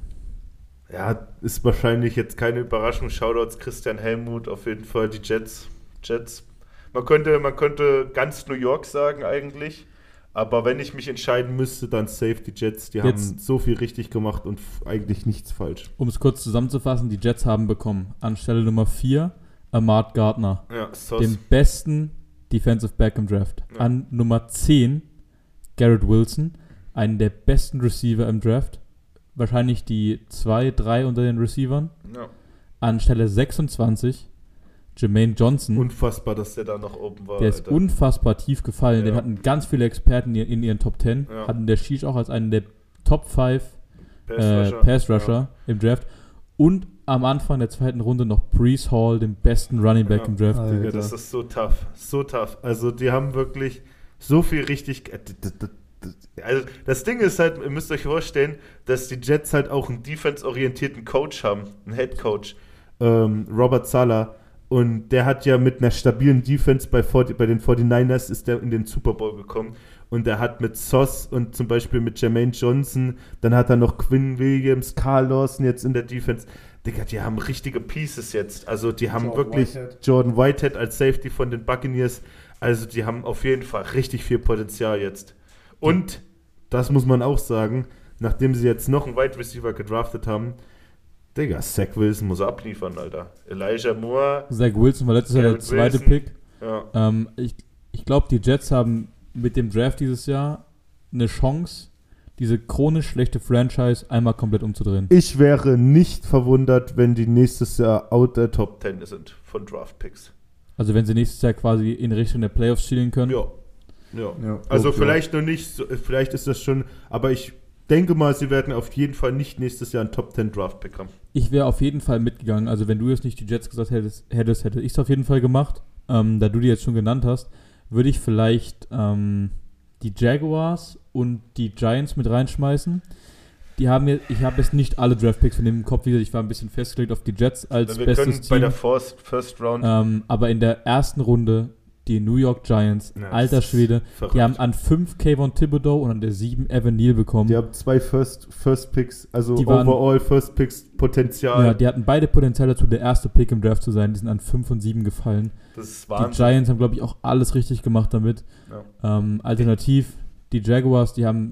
ja, ist wahrscheinlich jetzt keine Überraschung. Shoutouts Christian Helmuth, auf jeden Fall die Jets. Man könnte ganz New York sagen eigentlich, aber wenn ich mich entscheiden müsste, dann safe die Jets. Die haben Jetzt- so viel richtig gemacht und eigentlich nichts falsch. Um es kurz zusammenzufassen, die Jets haben bekommen an Stelle Nummer 4 Ahmad Gardner, Ja, den besten Defensive Back im Draft. Ja. An Nummer 10 Garrett Wilson, einen der besten Receiver im Draft. Wahrscheinlich die 2, 3 unter den Receivern. Ja. An Stelle 26 Jermaine Johnson. Unfassbar, dass der da noch oben war. Der ist Alter. unfassbar tief gefallen. Ja. Den hatten ganz viele Experten in ihren Top 10. Ja. Hatten der Shish auch als einen der Top 5 Pass-Rusher. Pass-Rusher im Draft. Und am Anfang der zweiten Runde noch Breece Hall, den besten Running Back Ja. im Draft. Alter. Digga, das ist so tough. So tough. Also, die haben wirklich so viel richtig. Also, das Ding ist halt, ihr müsst euch vorstellen, dass die Jets halt auch einen defense-orientierten Coach haben, einen Head Coach, Robert Saleh. Und der hat ja mit einer stabilen Defense bei den 49ers ist der in den Super Bowl gekommen. Und er hat mit Sauce und zum Beispiel mit Jermaine Johnson, dann hat er noch Quinn Williams, Carl Lawson jetzt in der Defense. Digga, die haben richtige Pieces jetzt. Also die haben Jordan wirklich Whitehead. Jordan Whitehead als Safety von den Buccaneers. Also die haben auf jeden Fall richtig viel Potenzial jetzt. Und, das muss man auch sagen, nachdem sie jetzt noch einen Wide Receiver gedraftet haben, Digga, Zach Wilson muss abliefern, Alter. Elijah Moore, Zach Wilson war letztes Jahr der Garrett zweite Wilson. Pick. ja. Ich glaube, die Jets haben mit dem Draft dieses Jahr eine Chance, diese chronisch schlechte Franchise einmal komplett umzudrehen. Ich wäre nicht verwundert, wenn die nächstes Jahr out der Top 10 sind von Draft Picks. Also wenn sie nächstes Jahr quasi in Richtung der Playoffs schielen können. Ja. Ja. Ja, Also glaub, vielleicht noch nicht, vielleicht ist das schon, aber ich denke mal, sie werden auf jeden Fall nicht nächstes Jahr einen Top-10-Draft-Pick haben. Ich wäre auf jeden Fall mitgegangen. Also wenn du jetzt nicht die Jets gesagt hättest, hätte ich es auf jeden Fall gemacht. Da du die jetzt schon genannt hast, würde ich vielleicht die Jaguars und die Giants mit reinschmeißen. Ich habe jetzt nicht alle Draft-Picks von dem im Kopf, wie gesagt, ich war ein bisschen festgelegt auf die Jets als Wir bestes können Team. bei der First Round. Aber in der ersten Runde die New York Giants, Ja, alter das ist Schwede, verrückt. die haben an 5 Kayvon Thibodeau und an der 7 Evan Neal bekommen. Die haben 2 First Picks, also Die waren- overall First Picks Potenzial. Ja, die hatten beide Potenzial dazu, der erste Pick im Draft zu sein. Die sind an 5 und 7 gefallen. Das ist Die Wahnsinn. Giants haben, glaube ich, auch alles richtig gemacht damit. Ja. Alternativ, die Jaguars,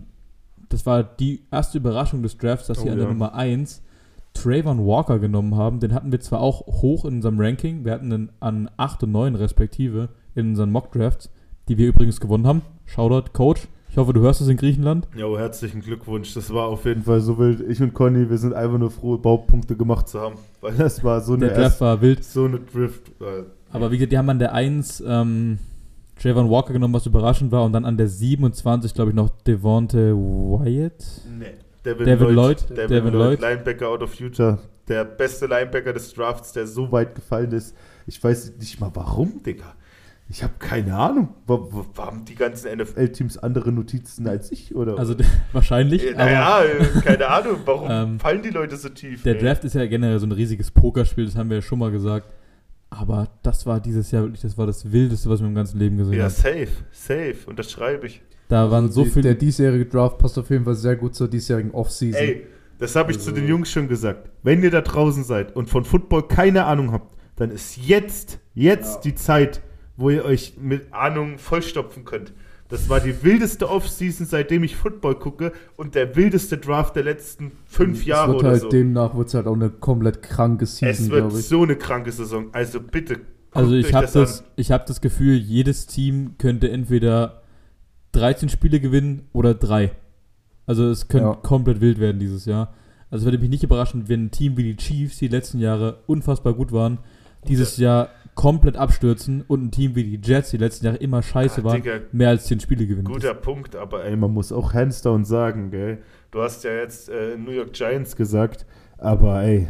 das war die erste Überraschung des Drafts, dass sie an der Nummer 1 Trayvon Walker genommen haben. Den hatten wir zwar auch hoch in unserem Ranking, wir hatten ihn an 8 und 9 respektive in unseren Mock-Drafts, die wir übrigens gewonnen haben. Shoutout, Coach. Ich hoffe, du hörst es in Griechenland. Jo, herzlichen Glückwunsch. Das war auf jeden Auf jeden Fall so wild. Ich und Conny, wir sind einfach nur froh, Baupunkte gemacht zu haben. Weil das war so Der eine Draft war wild. so eine Drift. Aber wie gesagt, die haben an der 1 Trayvon Walker genommen, was überraschend war. Und dann an der 27, glaube ich, noch Devonte Wyatt. Nee. Devin Lloyd. Linebacker out of Utah. Der beste Linebacker des Drafts, der so weit gefallen ist. Ich weiß nicht mal warum, Digga. Ich habe keine Ahnung. Haben die ganzen NFL-Teams andere Notizen als ich, oder? Also wahrscheinlich. Naja, keine Ahnung. Warum Ähm, fallen die Leute so tief? Der ey? Draft ist ja generell so ein riesiges Pokerspiel, das haben wir ja schon mal gesagt. Aber das war dieses Jahr wirklich, das war das Wildeste, was wir im ganzen Leben gesehen Ja, haben. safe. Und das schreibe ich. Da waren so Der viele. diesjährige Draft passt auf jeden Fall sehr gut zur diesjährigen Offseason. Ey, das habe ich Also- zu den Jungs schon gesagt. Wenn ihr da draußen seid und von Football keine Ahnung habt, dann ist jetzt die Zeit, wo ihr euch mit Ahnung vollstopfen könnt. Das war die wildeste Offseason, seitdem ich Football gucke und der wildeste Draft der letzten 5 Jahre es wird oder halt so. Demnach wird es halt auch eine komplett kranke Es Season, wird glaube ich. so eine kranke Saison. Also bitte, guckt Also euch ich habe an. das Gefühl, jedes Team könnte entweder 13 Spiele gewinnen oder 3. Also es könnte Ja. komplett wild werden dieses Jahr. Also würde mich nicht überraschen, wenn ein Team wie die Chiefs, die letzten Jahre unfassbar gut waren, dieses Jahr komplett abstürzen und ein Team wie die Jets, die letzten Jahre immer scheiße waren, Digga, mehr als 10 Spiele gewinnen. guter Punkt, aber Ey, man muss auch hands down sagen, gell? du hast ja jetzt New York Giants Gesagt, aber ey,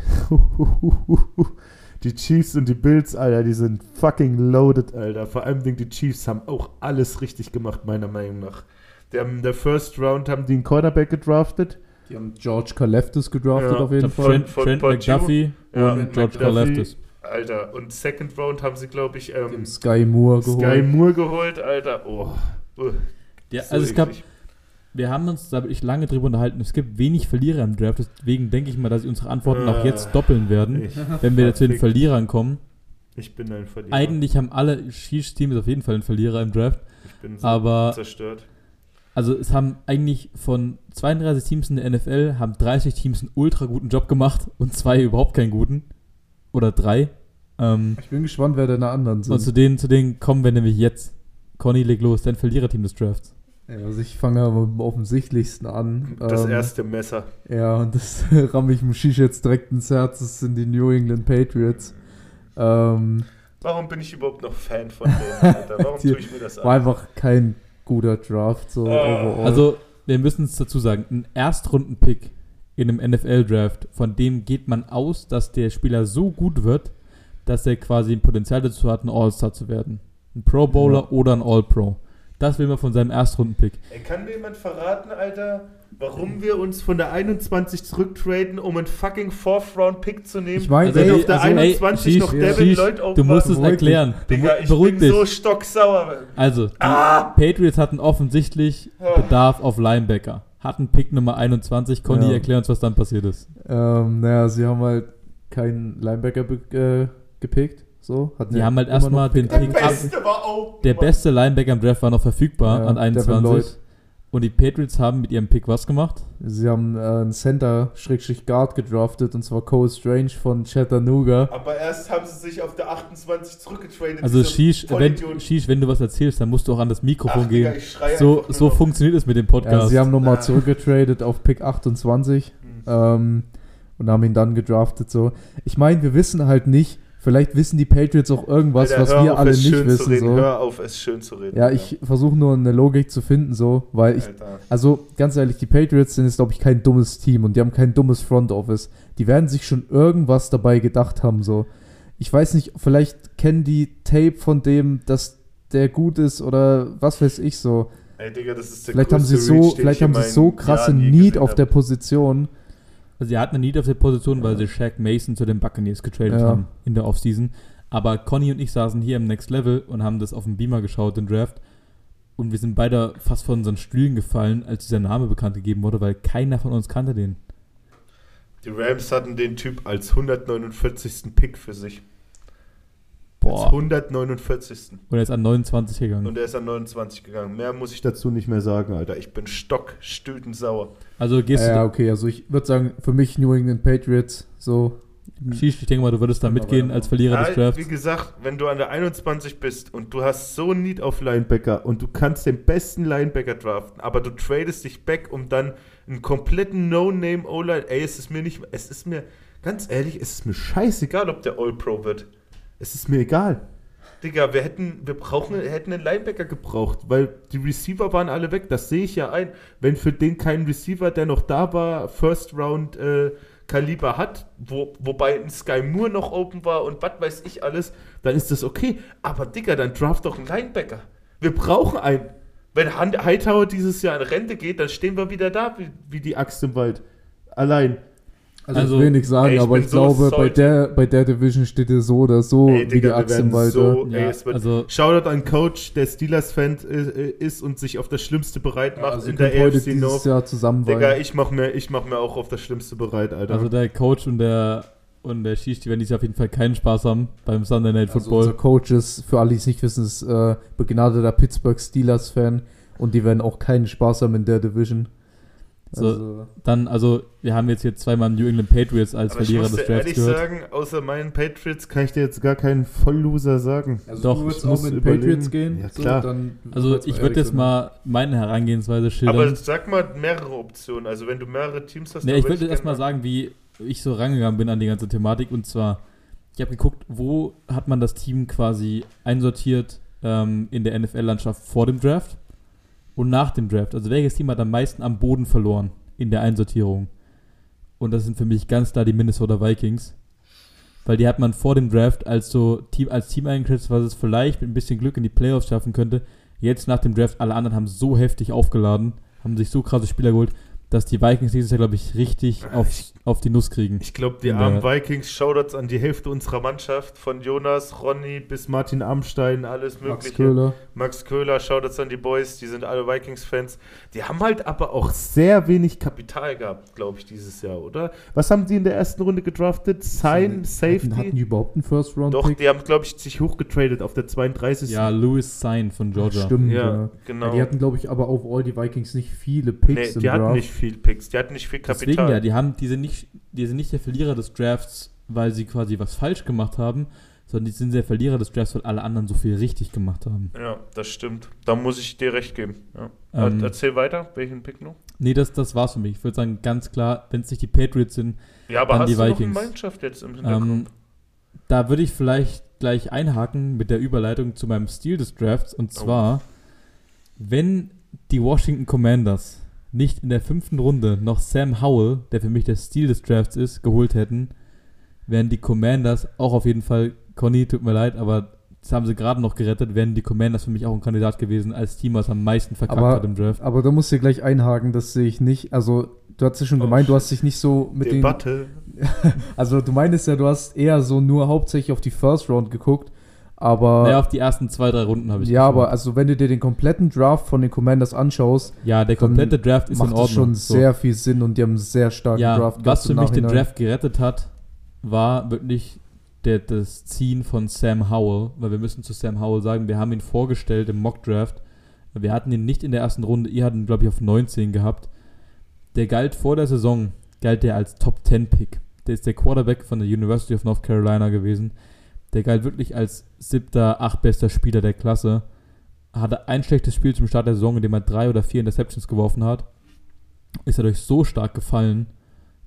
die Chiefs und die Bills, Alter, die sind fucking loaded, Alter. Vor allem die Chiefs haben auch alles richtig gemacht, meiner Meinung nach. Die haben in der First Round haben die einen Cornerback gedraftet. Die haben George Kaleftis gedraftet Ja, auf jeden Ich Fall. glaub, Von Trent Purdue. McDuffie Ja, und George McDuffie. Karlaftis. Alter, und Second Round haben sie, glaube ich, Die haben Sky Moore geholt. Sky Moore geholt, Alter. Oh. Ja, So also eklig. wir haben uns da wirklich lange drüber unterhalten. Es gibt wenig Verlierer im Draft, deswegen denke ich mal, dass sie unsere Antworten auch jetzt doppeln werden, wenn wir zu den Verlierern kommen. Ich bin ein Verlierer. Eigentlich haben alle Chiefs-Teams auf jeden Fall einen Verlierer im Draft, Ich bin so aber zerstört. also es haben eigentlich von 32 Teams in der NFL haben 30 Teams einen ultra guten Job gemacht und 2 überhaupt keinen guten. Oder 3. Ich bin gespannt, wer deine anderen Und sind. zu denen kommen wir nämlich jetzt. Conny, leg los, dein Verliererteam des Drafts. Ja, also ich fange aber mit dem offensichtlichsten an. Das erste Messer. Ja, und das ramme ich dem Shish jetzt direkt ins Herz. Das sind die New England Patriots. Warum bin ich überhaupt noch Fan von denen, Alter? Warum Die- tue ich mir das War an? einfach kein guter Draft, so overall. Also, wir müssen es dazu sagen, ein Erstrunden-Pick in einem NFL-Draft, von dem geht man aus, dass der Spieler so gut wird, dass er quasi ein Potenzial dazu hat, ein All-Star zu werden. Ein Pro Bowler oder ein All-Pro. Das will man von seinem Erstrunden-Pick. Ey, kann mir jemand verraten, Alter, warum wir uns von der 21 zurücktraden, um einen fucking Fourth-Round-Pick zu nehmen? Ich meine, wenn ey, auf der also, 21 noch Devin Lloyd du musst es aufmacht. erklären. Digga, ich Beruhig bin dich. so stocksauer. Also, die Patriots hatten offensichtlich Bedarf auf Linebacker. Hatten Pick Nummer 21. Conny, Ja. erklär uns, was dann passiert ist. naja, sie haben halt keinen Linebacker gepickt. So, hatten Die ja haben halt immer erstmal noch den Pick Pick 1. Beste war auch. Der beste Linebacker im Draft war noch verfügbar Ja, an Devin 21. Lloyd. Und die Patriots haben mit ihrem Pick was gemacht? Sie haben einen Center-Guard gedraftet, und zwar Cole Strange von Chattanooga. Aber erst haben sie sich auf der 28 zurückgetradet. Also diese Shish, Vollidioten. wenn du was erzählst, dann musst du auch an das Mikrofon Ach, Digga, gehen. ich schreie So, einfach nur so noch. funktioniert es mit dem Ja, Podcast. sie haben nochmal zurückgetradet auf Pick 28 und haben ihn dann gedraftet. So. Ich meine, wir wissen halt nicht, Vielleicht wissen die Patriots auch irgendwas, Alter, was hör wir auf, alle es nicht schön zu wissen. reden. So. Hör auf, es schön zu reden. Ja, ich versuche nur eine Logik zu finden, so, weil ich, Alter. also ganz ehrlich, die Patriots sind jetzt, glaube ich, kein dummes Team und die haben kein dummes Front Office. Die werden sich schon irgendwas dabei gedacht haben, so. Ich weiß nicht, vielleicht kennen die Tape von dem, dass der gut ist oder was weiß ich so. Ey, Digga, das ist der Vielleicht haben sie größte Reach, den vielleicht ich haben in sie so meinen krasse Jahren je Need gesehen auf hab. der Position. Also sie hatten eine Need auf der Position, weil sie Shaq Mason zu den Buccaneers getradet Ja. haben in der Offseason. Aber Conny und ich saßen hier im Next Level und haben das auf dem Beamer geschaut, den Draft. Und wir sind beide fast von unseren Stühlen gefallen, als dieser Name bekannt gegeben wurde, weil keiner von uns kannte den. Die Rams hatten den Typ als 149. Pick für sich. Als Boah. 149. Und er ist an 29 gegangen. Und er ist an 29 gegangen. Mehr muss ich dazu nicht mehr sagen, Alter. Ich bin stockstütend sauer. Also gehst Ja, du... okay, also ich würde sagen, für mich New England Patriots, so. Schieß, ich denke mal, du würdest da mitgehen als Verlierer des Ja, Drafts. wie gesagt, wenn du an der 21 bist und du hast so ein Need auf Linebacker und du kannst den besten Linebacker draften, aber du tradest dich back, um dann einen kompletten No-Name O-Line. Ey, es ist mir, ganz ehrlich, es ist mir scheißegal, ob der All-Pro wird. Es ist mir egal. Digga, wir hätten einen Linebacker gebraucht, weil die Receiver waren alle weg. Das sehe ich ja ein. Wenn für den kein Receiver, der noch da war, First Round Kaliber hat, wobei ein Sky Moore noch open war und was weiß ich alles, dann ist das okay. Aber Digga, dann draft doch einen Linebacker. Wir brauchen einen. Wenn Hightower dieses Jahr in Rente geht, dann stehen wir wieder da wie die Axt im Wald. Allein. Also ich will nichts sagen, ey, ich aber bin ich so glaube, bei salty. der Division steht es so oder so Ey, wie Digga, die wir Axt werden im Wald. so, Ja, ey, es wird also- Shoutout an Coach, der Steelers-Fan ist und sich auf das Schlimmste bereit macht also in ihr der könnt heute AFC dieses North. Jahr zusammen Digga, weinen. ich mach mir auch auf das Schlimmste bereit, Alter. Also der Coach und der Shish, die werden dieses Jahr auf jeden Fall keinen Spaß haben beim Sunday Night Also Football. unser Coach ist, für alle, die es nicht wissen, ist begnadeter Pittsburgh Steelers-Fan und die werden auch keinen Spaß haben in der Division. So, also wir haben jetzt hier zweimal New England Patriots als Aber ich Verlierer muss des dir Drafts ehrlich gehört. sagen, außer meinen Patriots kann ich dir jetzt gar keinen Vollloser sagen. Also Doch, du ich würdest muss auch mit den überlegen. Patriots gehen? Ja, klar. Dann Also wird's mal ich würde ehrlich jetzt sein. mal meine Herangehensweise schildern. Aber sag mal mehrere Optionen. Also wenn du mehrere Teams hast, Nee, dann ich würd würde erst mal gerne sagen, wie ich so rangegangen bin an die ganze Thematik. Und zwar, ich habe geguckt, wo hat man das Team quasi einsortiert in der NFL-Landschaft vor dem Draft und nach dem Draft. Also welches Team hat am meisten am Boden verloren in der Einsortierung? Und das sind für mich ganz klar die Minnesota Vikings. Weil die hat man vor dem Draft als Team eingeschätzt, was es vielleicht mit ein bisschen Glück in die Playoffs schaffen könnte. Jetzt nach dem Draft, alle anderen haben so heftig aufgeladen, haben sich so krasse Spieler geholt, dass die Vikings dieses Jahr, glaube ich, richtig auf die Nuss kriegen. Ich glaube, die In armen der- Vikings, Shoutouts an die Hälfte unserer Mannschaft, von Jonas, Ronny bis Martin Amstein, alles Max mögliche. Köhler. Max Köhler, Shoutouts an die Boys, die sind alle Vikings-Fans. Die haben halt aber auch sehr wenig Kapital gehabt, glaube ich, dieses Jahr, oder? Was haben die in der ersten Runde gedraftet? Safety? Hatten die überhaupt einen First-Round-Pick? Doch, die haben, glaube ich, sich hochgetradet auf der 32. Ja, Louis Sign von Georgia. Stimmt, Ja, genau. Ja, die hatten, glaube ich, aber overall die Vikings nicht viele Nee, Picks im die hatten Draft. nicht viel Picks, die hatten nicht viel Deswegen Kapital. ja, die sind nicht der Verlierer des Drafts, weil sie quasi was falsch gemacht haben, sondern die sind der Verlierer des Drafts, weil alle anderen so viel richtig gemacht haben. Ja, das stimmt. Da muss ich dir recht geben. Ja. Erzähl weiter, welchen Pick noch? Nee, das war's für mich. Ich würde sagen, ganz klar, wenn es nicht die Patriots sind, Ja, aber Dann hast die du noch eine Vikings. Mannschaft jetzt im Hintergrund? da würde ich vielleicht gleich einhaken mit der Überleitung zu meinem Stil des Drafts. Und zwar, wenn die Washington Commanders nicht in der 5. Runde noch Sam Howell, der für mich der Stil des Drafts ist, geholt hätten, wären die Commanders auch auf jeden Fall, Conny, tut mir leid, aber das haben sie gerade noch gerettet, wären die Commanders für mich auch ein Kandidat gewesen als Team, was am meisten verkackt hat im Draft. Aber da musst du gleich einhaken, das sehe ich nicht. Also, du hast ja schon Oh, gemeint, du hast dich nicht so mit den... Debatte. Also, du meinst ja, du hast eher so nur hauptsächlich auf die First Round geguckt, aber... Naja, auf die ersten 2-3 Runden habe ich ja, geschaut. aber also wenn du dir den kompletten Draft von den Commanders anschaust, Ja, der komplette Draft ist in macht Ordnung. das schon So. sehr viel Sinn und die haben einen sehr starken Ja, Draft was für im mich den Nachhinein. Draft gerettet hat, war wirklich das Ziehen von Sam Howell, weil wir müssen zu Sam Howell sagen, wir haben ihn vorgestellt im Mock-Draft. Wir hatten ihn nicht in der ersten Runde, ihr hattet ihn, glaube ich, auf 19 gehabt. Der galt vor der Saison, der als Top-10-Pick. Der ist der Quarterback von der University of North Carolina gewesen. Der galt wirklich als 7., 8. bester Spieler der Klasse. Hatte ein schlechtes Spiel zum Start der Saison, in dem er 3 oder 4 Interceptions geworfen hat. Ist dadurch so stark gefallen,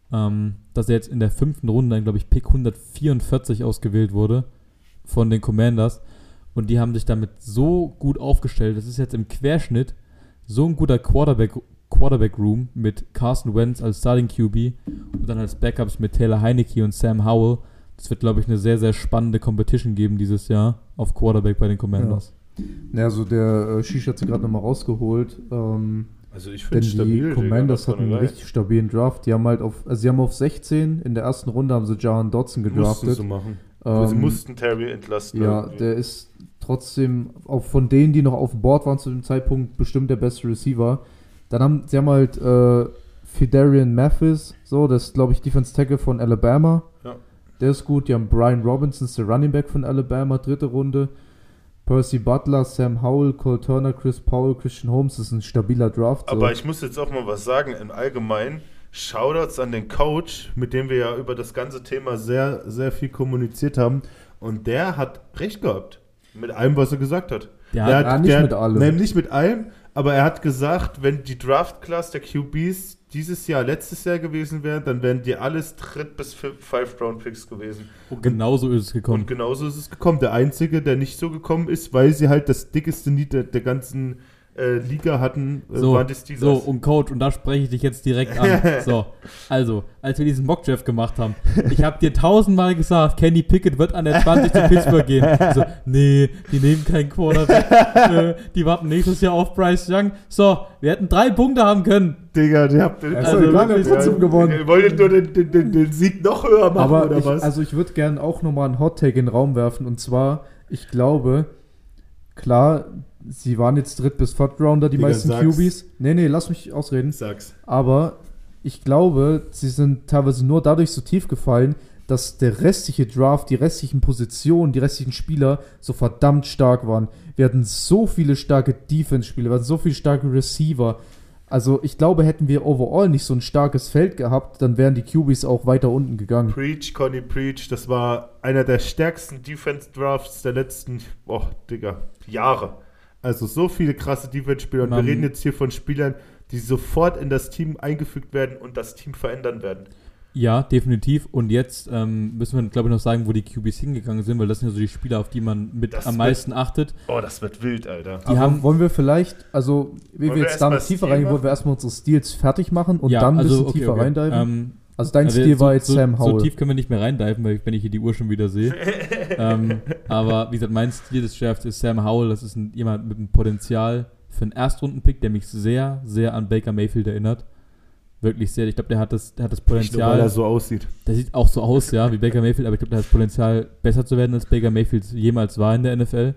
dass er jetzt in der 5. Runde, glaube ich, Pick 144 ausgewählt wurde von den Commanders. Und die haben sich damit so gut aufgestellt. Das ist jetzt im Querschnitt so ein guter Quarterback-Room mit Carson Wentz als Starting QB und dann als Backups mit Taylor Heineke und Sam Howell. Das wird, glaube ich, eine sehr, sehr spannende Competition geben dieses Jahr auf Quarterback bei den Commanders. Ja, also der Shish hat sie gerade nochmal rausgeholt. Also ich Denn finde stabil. die Commanders Digga, hatten einen richtig stabilen Draft. Die haben halt sie haben auf 16 in der ersten Runde haben sie Jahan Dotson gedraftet. Mussten sie machen. Sie mussten Terry entlasten. Ja, irgendwie. der ist trotzdem, auch von denen, die noch auf dem Board waren zu dem Zeitpunkt, bestimmt der beste Receiver. Sie haben halt Fidarian Mathis, so, das ist, glaube ich, Defense Tackle von Alabama. Ja. Der ist gut. Die haben Brian Robinson, der Running Back von Alabama, 3. Runde. Percy Butler, Sam Howell, Cole Turner, Chris Powell, Christian Holmes, das ist ein stabiler Draft. Aber ich muss jetzt auch mal was sagen, im Allgemeinen, Shoutouts an den Coach, mit dem wir ja über das ganze Thema sehr, sehr viel kommuniziert haben. Und der hat recht gehabt. Mit allem, was er gesagt hat. Mit allem. Nein, nicht mit allem, aber er hat gesagt, wenn die Draft-Class der QBs dieses Jahr, letztes Jahr gewesen wären, dann wären die alles 3. bis 5. Round-Picks gewesen. Und genauso ist es gekommen. Und genauso ist es gekommen. Der Einzige, der nicht so gekommen ist, weil sie halt das dickeste Need der ganzen Liga hatten, waren die Steelers. So, und Coach, und da spreche ich dich jetzt direkt an. So, also, als wir diesen Mock-Draft gemacht haben, ich habe dir 1000-mal gesagt, Kenny Pickett wird an der 20 zu Pittsburgh gehen. So, nee, die nehmen keinen Quarterback. Die warten nächstes Jahr auf Bryce Young. So, wir hätten 3 Punkte haben können. Digga, die habt trotzdem gewonnen. Ihr wolltet nur den Sieg noch höher machen, Aber oder was? Also ich würde gerne auch nochmal einen Hot-Take in den Raum werfen. Und zwar, ich glaube, klar, sie waren jetzt 3. bis 4. Rounder, die Digga, meisten sag's. QBs. Nee, lass mich ausreden. Sag's. Aber ich glaube, sie sind teilweise nur dadurch so tief gefallen, dass der restliche Draft, die restlichen Positionen, die restlichen Spieler so verdammt stark waren. Wir hatten so viele starke Defense-Spieler, wir hatten so viele starke Receiver. Also ich glaube, hätten wir overall nicht so ein starkes Feld gehabt, dann wären die QBs auch weiter unten gegangen. Preach, Conny, preach. Das war einer der stärksten Defense-Drafts der letzten, Jahre. Also so viele krasse Defense-Spieler. Und wir reden jetzt hier von Spielern, die sofort in das Team eingefügt werden und das Team verändern werden. Ja, definitiv. Und jetzt müssen wir, glaube ich, noch sagen, wo die QBs hingegangen sind, weil das sind ja so die Spieler, auf die man am meisten achtet. Oh, das wird wild, Alter. Wollen wir vielleicht, also wie wir jetzt da noch tiefer reingehen, wollen wir erstmal unsere Steals fertig machen und dann ein bisschen tiefer reindiven? Also dein Stil war jetzt Sam Howell. So tief können wir nicht mehr reindiven, weil wenn ich hier die Uhr schon wieder sehe. Aber wie gesagt, mein Stil des Drafts ist Sam Howell. Das ist jemand mit einem Potenzial für einen Erstrunden-Pick, der mich sehr, sehr an Baker Mayfield erinnert. Wirklich sehr. Ich glaube, der hat das Potenzial. Nicht nur, weil er so aussieht. Der sieht auch so aus, ja, wie Baker Mayfield, aber ich glaube, der hat das Potenzial, besser zu werden, als Baker Mayfield jemals war in der NFL.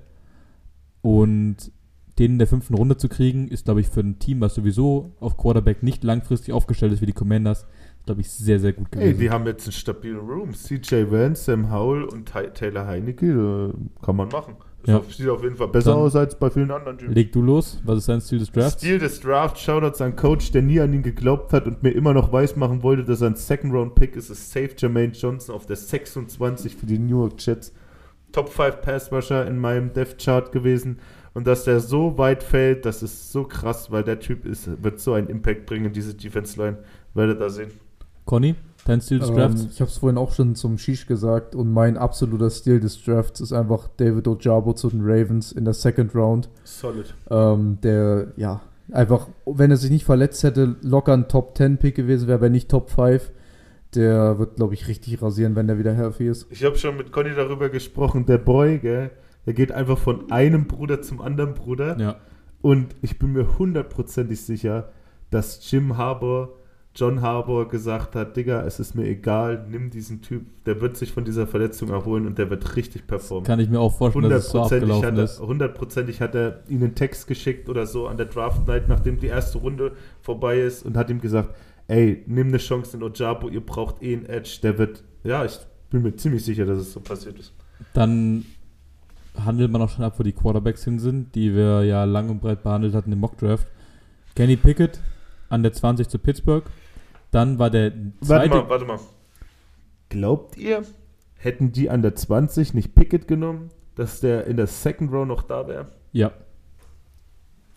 Und den in der 5. Runde zu kriegen, ist, glaube ich, für ein Team, was sowieso auf Quarterback nicht langfristig aufgestellt ist wie die Commanders, glaube ich, sehr, sehr gut gewesen. Ey, die haben jetzt einen stabilen Room. CJ Vance, Sam Howell und Taylor Heineke, kann man machen. Das sieht auf jeden Fall besser aus als bei vielen anderen Teams. Leg du los, was ist dein Stil des Drafts? Stil des Drafts, Shoutouts an Coach, der nie an ihn geglaubt hat und mir immer noch weismachen wollte, dass er ein Second-Round-Pick ist. Es safe Jermaine Johnson auf der 26 für die New York Jets. Top 5 Pass-Rusher in meinem Depth-Chart gewesen. Und dass der so weit fällt, das ist so krass, weil der Typ wird so einen Impact bringen in diese Defense-Line. Werdet ihr sehen. Conny, dein Stil des Drafts? Ich habe es vorhin auch schon zum Shish gesagt und mein absoluter Stil des Drafts ist einfach David Ojabo zu den Ravens in der Second Round. Solid. Der, einfach, wenn er sich nicht verletzt hätte, locker ein Top-10-Pick gewesen wäre, wenn nicht Top 5. Der wird, glaube ich, richtig rasieren, wenn der wieder healthy ist. Ich habe schon mit Conny darüber gesprochen, der Boy, gell, der geht einfach von einem Bruder zum anderen Bruder. Ja. Und ich bin mir 100% sicher, dass John Harbaugh gesagt hat, Digga, es ist mir egal, nimm diesen Typ, der wird sich von dieser Verletzung erholen und der wird richtig performen. Kann ich mir auch vorstellen, dass es so abgelaufen ist. 100% hat er ihnen einen Text geschickt oder so an der Draft Night, nachdem die erste Runde vorbei ist und hat ihm gesagt, ey, nimm eine Chance in Ojabo, ihr braucht einen Edge, der wird, ich bin mir ziemlich sicher, dass es so passiert ist. Dann handelt man auch schon ab, wo die Quarterbacks hin sind, die wir ja lang und breit behandelt hatten im Mock-Draft. Kenny Pickett an der 20 zu Pittsburgh. Dann war der zweite... Warte mal. Glaubt ihr, hätten die an der 20 nicht Pickett genommen, dass der in der Second Row noch da wäre? Ja.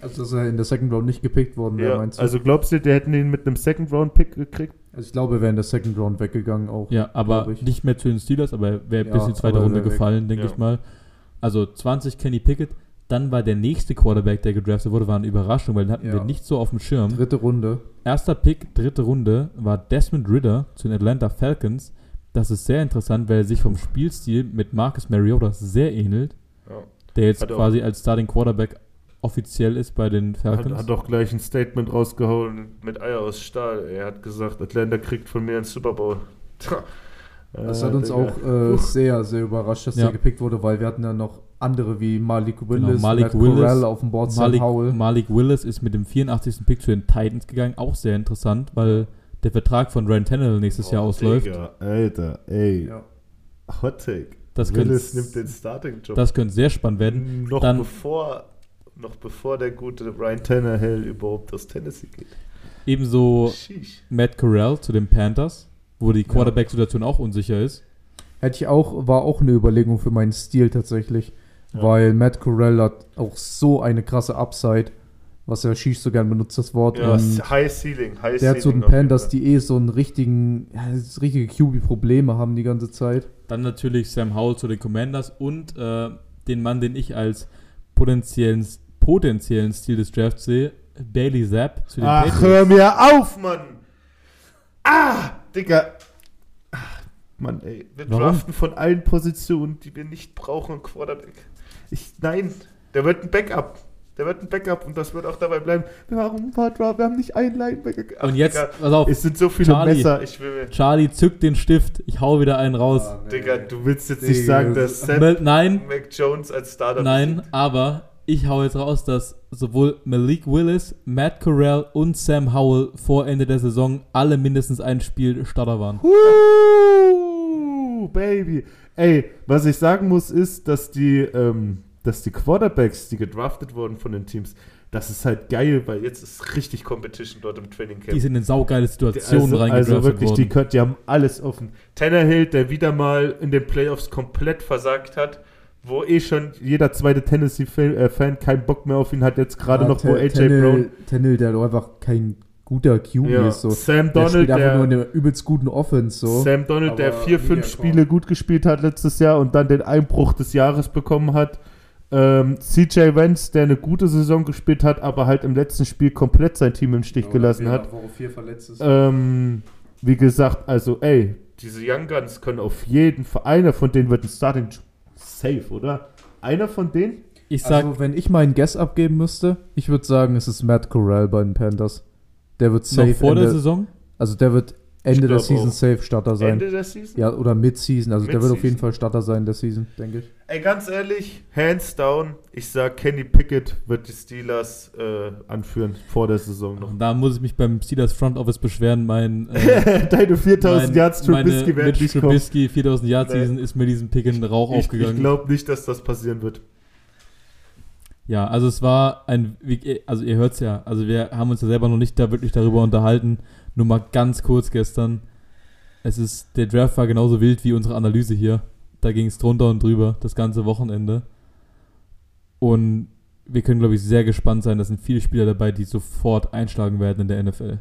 Also, dass er in der Second Round nicht gepickt worden wäre, Ja, meinst du? also glaubst du, der hätten ihn mit einem Second-Round-Pick gekriegt? Also ich glaube, er wäre in der Second Round weggegangen auch. Ja, aber glaub ich. nicht mehr zu den Steelers, aber er wäre Ja, bis in die zweite aber er Runde wär weg. gefallen, denke Ja. ich mal. Also 20 Kenny Pickett, dann war der nächste Quarterback, der gedraftet wurde, war eine Überraschung, weil den hatten Ja. wir nicht so auf dem Schirm. Dritte Runde. Erster Pick, dritte Runde, war Desmond Ridder zu den Atlanta Falcons. Das ist sehr interessant, weil er sich vom Spielstil mit Marcus Mariota sehr ähnelt, Ja. der jetzt Hat auch- quasi als Starting Quarterback offiziell ist bei den Falcons. Hat auch gleich ein Statement rausgehauen mit Eier aus Stahl. Er hat gesagt, Atlanta kriegt von mir einen Super Bowl. Das hat uns Digga. auch sehr, sehr überrascht, dass Ja. der gepickt wurde, weil wir hatten ja noch andere wie Malik Willis, Malik Matt Willis, Corral auf dem Board, Sam Howell. Malik Willis ist mit dem 84. Pick zu den Titans gegangen, auch sehr interessant, weil der Vertrag von Ryan Tannehill nächstes Jahr ausläuft. Digga, Alter, ey. Ja. Hot Take. Das könnte Willis nimmt den Starting-Job. das könnte sehr spannend werden. Noch Dann- bevor der gute Ryan Tannehill überhaupt aus Tennessee geht. Ebenso Sheesh. Matt Corral zu den Panthers, wo die Quarterback-Situation auch unsicher ist. War auch eine Überlegung für meinen Stil tatsächlich, Ja. weil Matt Corral hat auch so eine krasse Upside, was ja Shish so gern benutzt, das Wort. Ja, und High Ceiling. der hat zu den Panthers, die so einen richtige QB-Probleme haben die ganze Zeit. Dann natürlich Sam Howell zu den Commanders und den Mann, den ich als potenziellen Stil des Drafts sehe, Bailey Zapp zu den Ach, Patriots. hör mir auf, Mann! Digga. Mann, ey. Wir Warum? draften von allen Positionen, die wir nicht brauchen, einen Quarterback. Nein, der wird ein Backup. Und das wird auch dabei bleiben. Warum war Draft? Wir haben nicht einen Linebacker. Ach, Und jetzt, Digga, pass auf, es sind so viele Charlie. Messer. Ich will mir. Charlie zückt den Stift, ich hau wieder einen raus. Digga, du willst jetzt Digga, nicht sagen, das dass Sam Nein, Mac Jones als Starter nein, besiegt? aber ich hau jetzt raus, dass sowohl Malik Willis, Matt Corral und Sam Howell vor Ende der Saison alle mindestens ein Spiel Starter waren. Baby. Ey, was ich sagen muss, ist, dass die Quarterbacks, die gedraftet wurden von den Teams, das ist halt geil, weil jetzt ist richtig Competition dort im Training Camp. Die sind in saugeile Situationen reingedraftet Also wirklich, worden. die haben alles offen. Tannehill, der wieder mal in den Playoffs komplett versagt hat, wo schon jeder zweite Tennessee-Fan keinen Bock mehr auf ihn hat, jetzt gerade noch, wo AJ Brown. Tannehill, der doch einfach kein guter QB Ja, ist. So. Sam Der Donald, spielt einfach nur in der der übelst guten Offense. So. Sam Donald, der Aber 4-5 mega Spiele gut gespielt hat letztes Jahr und dann den Einbruch des Jahres bekommen hat. CJ Vance, der eine gute Saison gespielt hat, aber halt im letzten Spiel komplett sein Team im Stich gelassen hat. Woche 4 verletzt ist. Wie gesagt, also ey, diese Young Guns können auf jeden Fall, einer von denen wird ein Starting safe, oder? Einer von denen? Ich sag, Also, wenn ich meinen Guess abgeben müsste, ich würde sagen, es ist Matt Corral bei den Panthers. Der wird safe noch vor der Ende, Saison? also der wird Ende der glaub Season auch. safe Starter sein. Ende der Season? Ja, oder Mid-Season. Also der wird auf Mid-Season. jeden Fall Starter sein in der Season, denke ich. Ey, ganz ehrlich, hands down, ich sag, Kenny Pickett wird die Steelers anführen vor der Saison noch. Da muss ich mich beim Steelers Front Office beschweren. Deine 4000 Yards Trubisky werden Mitch nicht kommen. Trubisky 4000 Yard Nee. Season ist mir diesen Pick in den Rauch Ich aufgegangen. glaube nicht, dass das passieren wird. Ja, also es war also ihr hört es ja, also wir haben uns ja selber noch nicht da wirklich darüber unterhalten, nur mal ganz kurz gestern. Der Draft war genauso wild wie unsere Analyse hier. Da ging es drunter und drüber, das ganze Wochenende. Und wir können, glaube ich, sehr gespannt sein, da sind viele Spieler dabei, die sofort einschlagen werden in der NFL.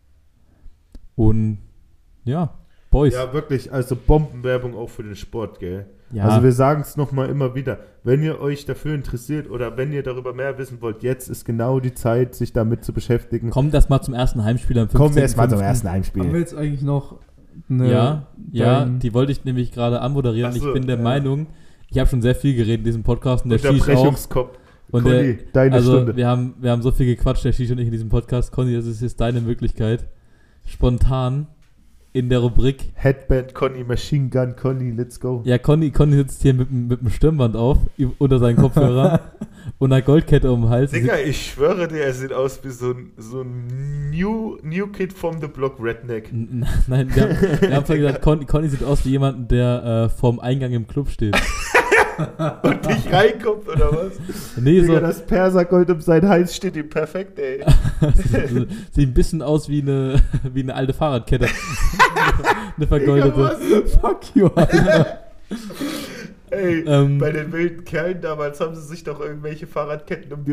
Und ja, Boys. Ja, wirklich, also Bombenwerbung auch für den Sport, gell? Ja. Also wir sagen es nochmal immer wieder, wenn ihr euch dafür interessiert oder wenn ihr darüber mehr wissen wollt, jetzt ist genau die Zeit, sich damit zu beschäftigen. Kommt erst mal zum ersten Heimspiel am 15.05. Kommen wir erstmal zum ersten Haben wir Heimspiel. jetzt eigentlich noch eine... Ja, dein- die wollte ich nämlich gerade anmoderieren. Ach so, Ich bin der ja. Meinung, ich habe schon sehr viel geredet in diesem Podcast und der Shish auch. Unterbrechungskopf. Und Conny, deine also Stunde. wir haben so viel gequatscht, der Shish und ich in diesem Podcast. Conny, das ist jetzt deine Möglichkeit, spontan in der Rubrik. Headband Conny, Machine Gun Conny, let's go. Ja, Conny sitzt hier mit dem Stirnband auf, unter seinen Kopfhörer und einer Goldkette um den Hals. Digga, ich schwöre dir, er sieht aus wie so ein New Kid from the Block Redneck. Nein, wir haben vorhin gesagt, Conny sieht aus wie jemand, der vorm Eingang im Club steht. Und nicht reinkommt, oder was? Nee, Digga, so, das Persergold um sein Hals steht ihm perfekt, ey. sieht ein bisschen aus wie eine alte Fahrradkette. Eine vergoldete. Digga, was? Fuck you, Alter. Ey, bei den wilden Kerlen damals haben sie sich doch irgendwelche Fahrradketten um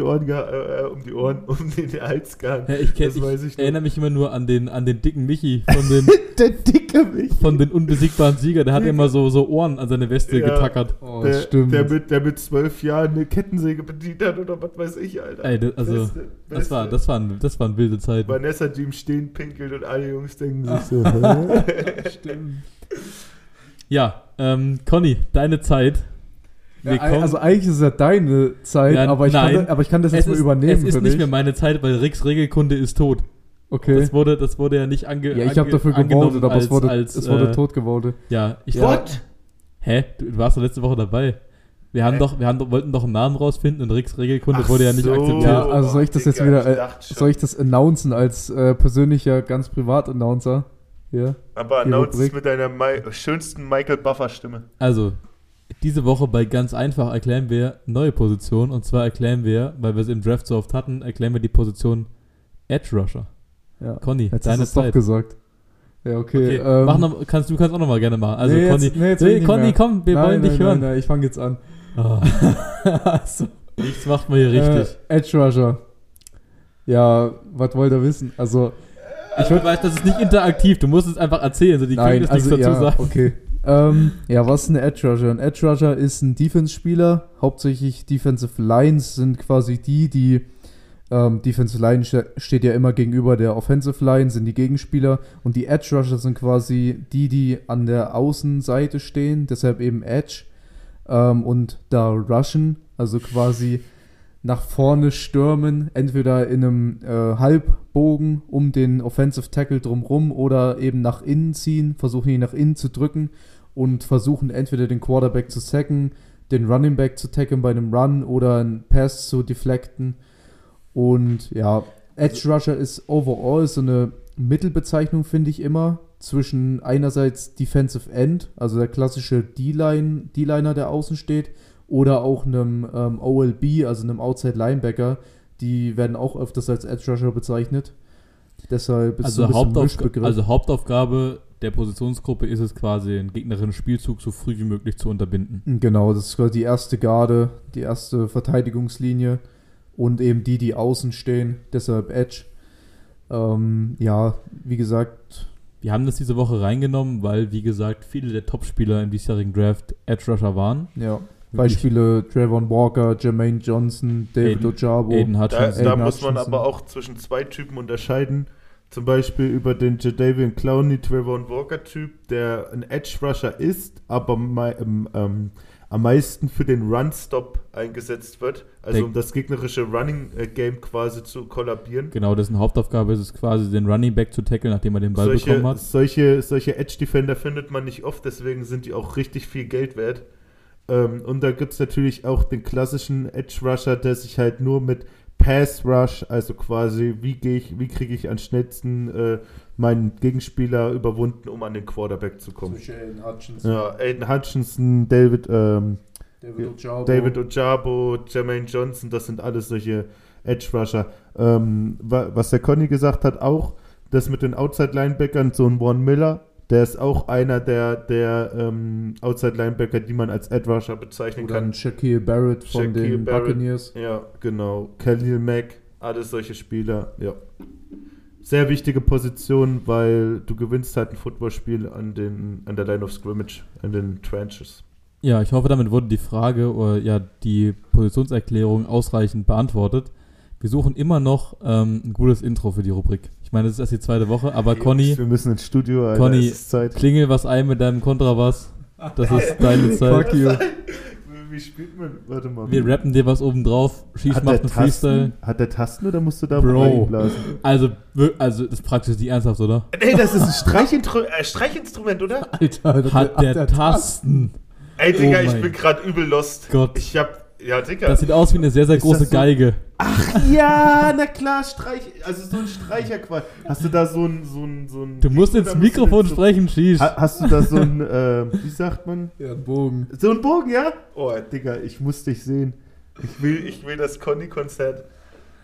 den Hals gehangen. Ja, ich erinnere mich immer nur an den dicken Michi Der dicke Michi. von den unbesiegbaren Sieger. Der hat immer so Ohren an seine Weste getackert. Oh, der mit 12 Jahren eine Kettensäge bedient hat oder was weiß ich, Alter. Ey, das waren wilde Zeiten. Vanessa, die im Stehen pinkelt und alle Jungs denken sich so, Stimmt. Ja, Conny, deine Zeit. Ja, also eigentlich ist es ja deine Zeit, Ja, aber ich kann das jetzt mal übernehmen. Es ist nicht mehr meine Zeit, weil Ricks Regelkunde ist tot. Okay. Das wurde ja nicht Ja, ich habe dafür gewotet, aber es wurde tot gewotet. Ja, What? Hä? Du warst doch letzte Woche dabei. Wollten doch einen Namen rausfinden und Ricks Regelkunde wurde ja nicht akzeptiert. Ja, also soll ich das jetzt Digga, wieder, soll ich das announcen als persönlicher, ganz Privat-Announcer? Ja. Aber announce es mit deiner schönsten Michael Buffer-Stimme. Also, diese Woche bei ganz einfach erklären wir neue Position. Und zwar erklären wir, weil wir es im Draft so oft hatten, erklären wir die Position Edge Rusher. Ja. Conny, Jetzt deine hast du es Zeit. doch gesagt. Ja, okay. Du kannst auch noch mal gerne machen. Also nee, Conny, jetzt will ich nicht Conny, mehr. komm, wir wollen dich hören. Nein, ich fange jetzt an. Oh. Also, Nichts macht man hier richtig. Edge Rusher. Ja, was wollt ihr wissen? Also, Ich weiß, das ist nicht interaktiv. Du musst es einfach erzählen. So, die können jetzt nichts dazu sagen. Okay. Was ist ein Edge Rusher? Ein Edge Rusher ist ein Defense-Spieler. Hauptsächlich Defensive Lines sind quasi die Defensive Line steht ja immer gegenüber der Offensive Line, sind die Gegenspieler. Und die Edge Rusher sind quasi die an der Außenseite stehen. Deshalb eben Edge. Und da rushen, also quasi nach vorne stürmen, entweder in einem Halbbogen um den Offensive Tackle drumrum oder eben nach innen ziehen, versuchen ihn nach innen zu drücken und versuchen entweder den Quarterback zu sacken, den Running Back zu tackeln bei einem Run oder einen Pass zu deflecten. Und ja, Edge Rusher ist overall so eine Mittelbezeichnung, finde ich immer, zwischen einerseits Defensive End, also der klassische D-Liner, der außen steht, oder auch einem OLB, also einem Outside Linebacker. Die werden auch öfters als Edge Rusher bezeichnet. Deshalb ist Also, so ein bisschen Mischbegriff. Hauptaufgabe der Positionsgruppe ist es quasi, den gegnerischen Spielzug so früh wie möglich zu unterbinden. Genau, das ist quasi die erste Garde, die erste Verteidigungslinie und eben die außen stehen, deshalb Edge. Wie gesagt... Wir haben das diese Woche reingenommen, weil, wie gesagt, viele der Topspieler im diesjährigen Draft Edge Rusher waren. Ja. Beispiele Trayvon Walker, Jermaine Johnson, David Ojabo. Aiden Hutchinson. Da muss man aber auch zwischen zwei Typen unterscheiden. Zum Beispiel über den Jadeveon Clowney, Trayvon Walker-Typ, der ein Edge-Rusher ist, aber am meisten für den Run-Stop eingesetzt wird. Also um das gegnerische Running-Game quasi zu kollabieren. Genau, dessen Hauptaufgabe ist es quasi, den Running Back zu tackeln, nachdem er den Ball bekommen hat. Solche Edge-Defender findet man nicht oft, deswegen sind die auch richtig viel Geld wert. Und da gibt es natürlich auch den klassischen Edge-Rusher, der sich halt nur mit Pass-Rush, also quasi, wie kriege ich am schnellsten meinen Gegenspieler überwunden, um an den Quarterback zu kommen. Aiden Hutchinson. Ja, Aiden Hutchinson, David David Ojabo, Jermaine Johnson, das sind alles solche Edge-Rusher. Was der Conny gesagt hat, auch das mit den Outside-Linebackern, so ein Von Miller, der ist auch einer der Outside-Linebacker, die man als Edge-Rusher bezeichnen oder kann. Shaquille Barrett von den Buccaneers. Ja, genau. Khalil Mack, alles solche Spieler, ja. Sehr wichtige Position, weil du gewinnst halt ein Footballspiel an der Line of Scrimmage, an den Trenches. Ja, ich hoffe, damit wurde die Frage oder die Positionserklärung ausreichend beantwortet. Wir suchen immer noch ein gutes Intro für die Rubrik. Ich meine, es ist erst die zweite Woche, aber Conny, wir müssen ins Studio, Alter, Conny, es ist Zeit. klingel was ein mit deinem Kontrabass. Das ist deine Zeit. Fuck you. Wie spielt man? Warte mal. Wir rappen dir was oben drauf. Schieß, macht einen Freestyle. Hat der Tasten oder musst du da Bro. reinblasen? Also, das ist praktisch nicht ernsthaft, oder? Nee, das ist ein Streichinstrument, oder? Alter, Hat der Tasten. Ey, Digga, Oh ich mein bin gerade übel lost. Gott. Ja, Digga. Das sieht aus wie eine sehr, sehr Ist große das so? Geige. Ja, na klar, also so ein Streicher quasi. Hast du da so ein Du musst ins oder musst du Mikrofon den so- sprechen, schieß. Hast du da so ein, wie sagt man? Ja, ein Bogen. So ein Bogen, ja? Oh, Digga, ich muss dich sehen. Ich will das Conny-Konzert.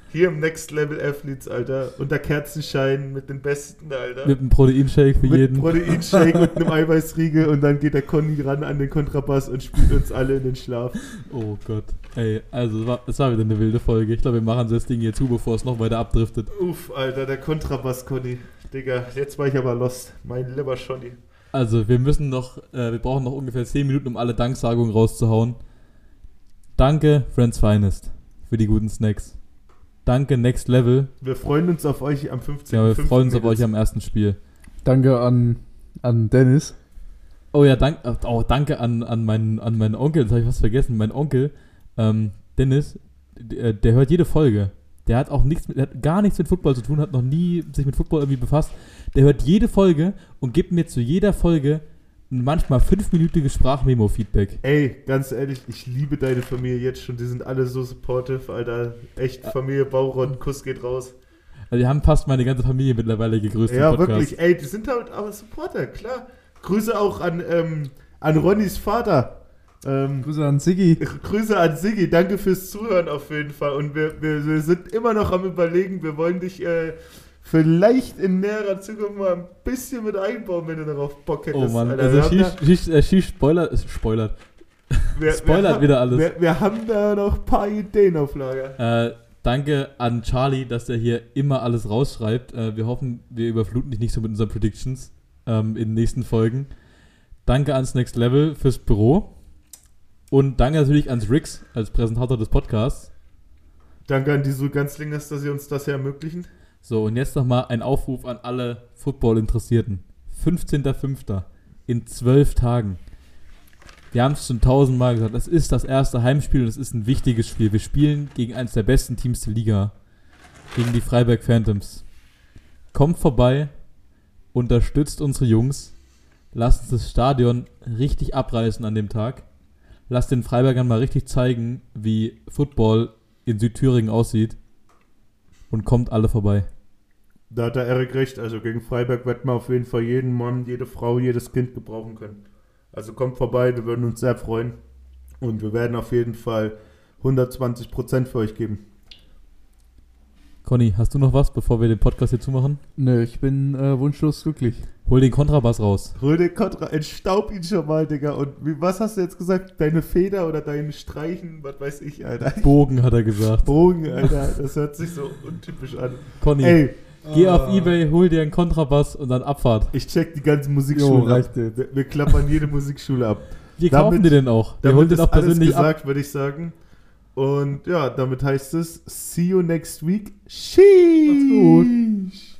Hier im Next Level Athletes, Alter. Unter Kerzenschein mit den Besten, Alter. Mit einem Proteinshake für mit jeden. Proteinshake und einem Eiweißriegel und dann geht der Conny ran an den Kontrabass und spielt uns alle in den Schlaf. Oh Gott. Ey, also es war wieder eine wilde Folge. Ich glaube, wir machen das Ding hier zu, bevor es noch weiter abdriftet. Uff, Alter, der Kontrabass, Conny. Digga, jetzt war ich aber lost. Mein lieber Johnny. Also, wir brauchen noch ungefähr 10 Minuten, um alle Danksagungen rauszuhauen. Danke, Friends Finest, für die guten Snacks. Danke, Next Level. Wir freuen uns auf euch am 15. Ja, wir freuen uns auf euch am ersten Spiel. Danke an Dennis. Oh ja, danke an meinen Onkel, das habe ich fast vergessen. Mein Onkel, Dennis, der hört jede Folge. Der hat gar nichts mit Football zu tun, hat noch nie sich mit Football irgendwie befasst. Der hört jede Folge und gibt mir zu jeder Folge manchmal 5-minütiges Sprachmemo-Feedback. Ey, ganz ehrlich, ich liebe deine Familie jetzt schon. Die sind alle so supportive, Alter. Echt, Familie Bauron, Kuss geht raus. Also, die haben fast meine ganze Familie mittlerweile gegrüßt. Ja, im Podcast. wirklich. Ey, die sind halt aber Supporter, klar. Grüße auch an Ronnys Vater. Grüße an Siggi. Grüße an Siggi. Danke fürs Zuhören auf jeden Fall. Und wir sind immer noch am Überlegen. Wir wollen dich vielleicht in näherer Zukunft mal ein bisschen mit einbauen, wenn du darauf Bock hättest. Oh Mann, Alter. also Shish spoilert wieder alles. Wir haben da noch ein paar Ideen auf Lager. Danke an Charlie, dass er hier immer alles rausschreibt. Wir hoffen, wir überfluten dich nicht so mit unseren Predictions in den nächsten Folgen. Danke ans Next Level fürs Büro. Und danke natürlich ans Rix als Präsentator des Podcasts. Danke an die so ganz Lingers, dass sie uns das hier ermöglichen. So, und jetzt nochmal ein Aufruf an alle Football-Interessierten. 15.05. in 12 Tagen. Wir haben es schon 1000-mal gesagt, das ist das erste Heimspiel und es ist ein wichtiges Spiel. Wir spielen gegen eines der besten Teams der Liga. Gegen die Freiberg Phantoms. Kommt vorbei, unterstützt unsere Jungs, lasst uns das Stadion richtig abreißen an dem Tag. Lasst den Freibergern mal richtig zeigen, wie Football in Südthüringen aussieht. Und kommt alle vorbei. Da hat der Erik recht. Also gegen Freiberg wird man auf jeden Fall jeden Mann, jede Frau, jedes Kind gebrauchen können. Also kommt vorbei, wir würden uns sehr freuen. Und wir werden auf jeden Fall 120% für euch geben. Conny, hast du noch was, bevor wir den Podcast hier zumachen? Nö, ich bin wunschlos glücklich. Hol den Kontrabass raus. Hol den entstaub ihn schon mal, Digga. Und was hast du jetzt gesagt? Deine Feder oder dein Streichen? Was weiß ich, Alter. Bogen, hat er gesagt. Bogen, Alter. Das hört sich so untypisch an. Conny, Ey, geh auf Ebay, hol dir einen Kontrabass und dann Abfahrt. ich check die ganzen Musikschulen ab. reicht jetzt. Wir klappern jede Musikschule ab. Wir kaufen dir den auch. Wir Damit holen den ist auch alles persönlich ab. gesagt, würde ich sagen. Und ja, damit heißt es, see you next week. Sheesh. Macht's gut.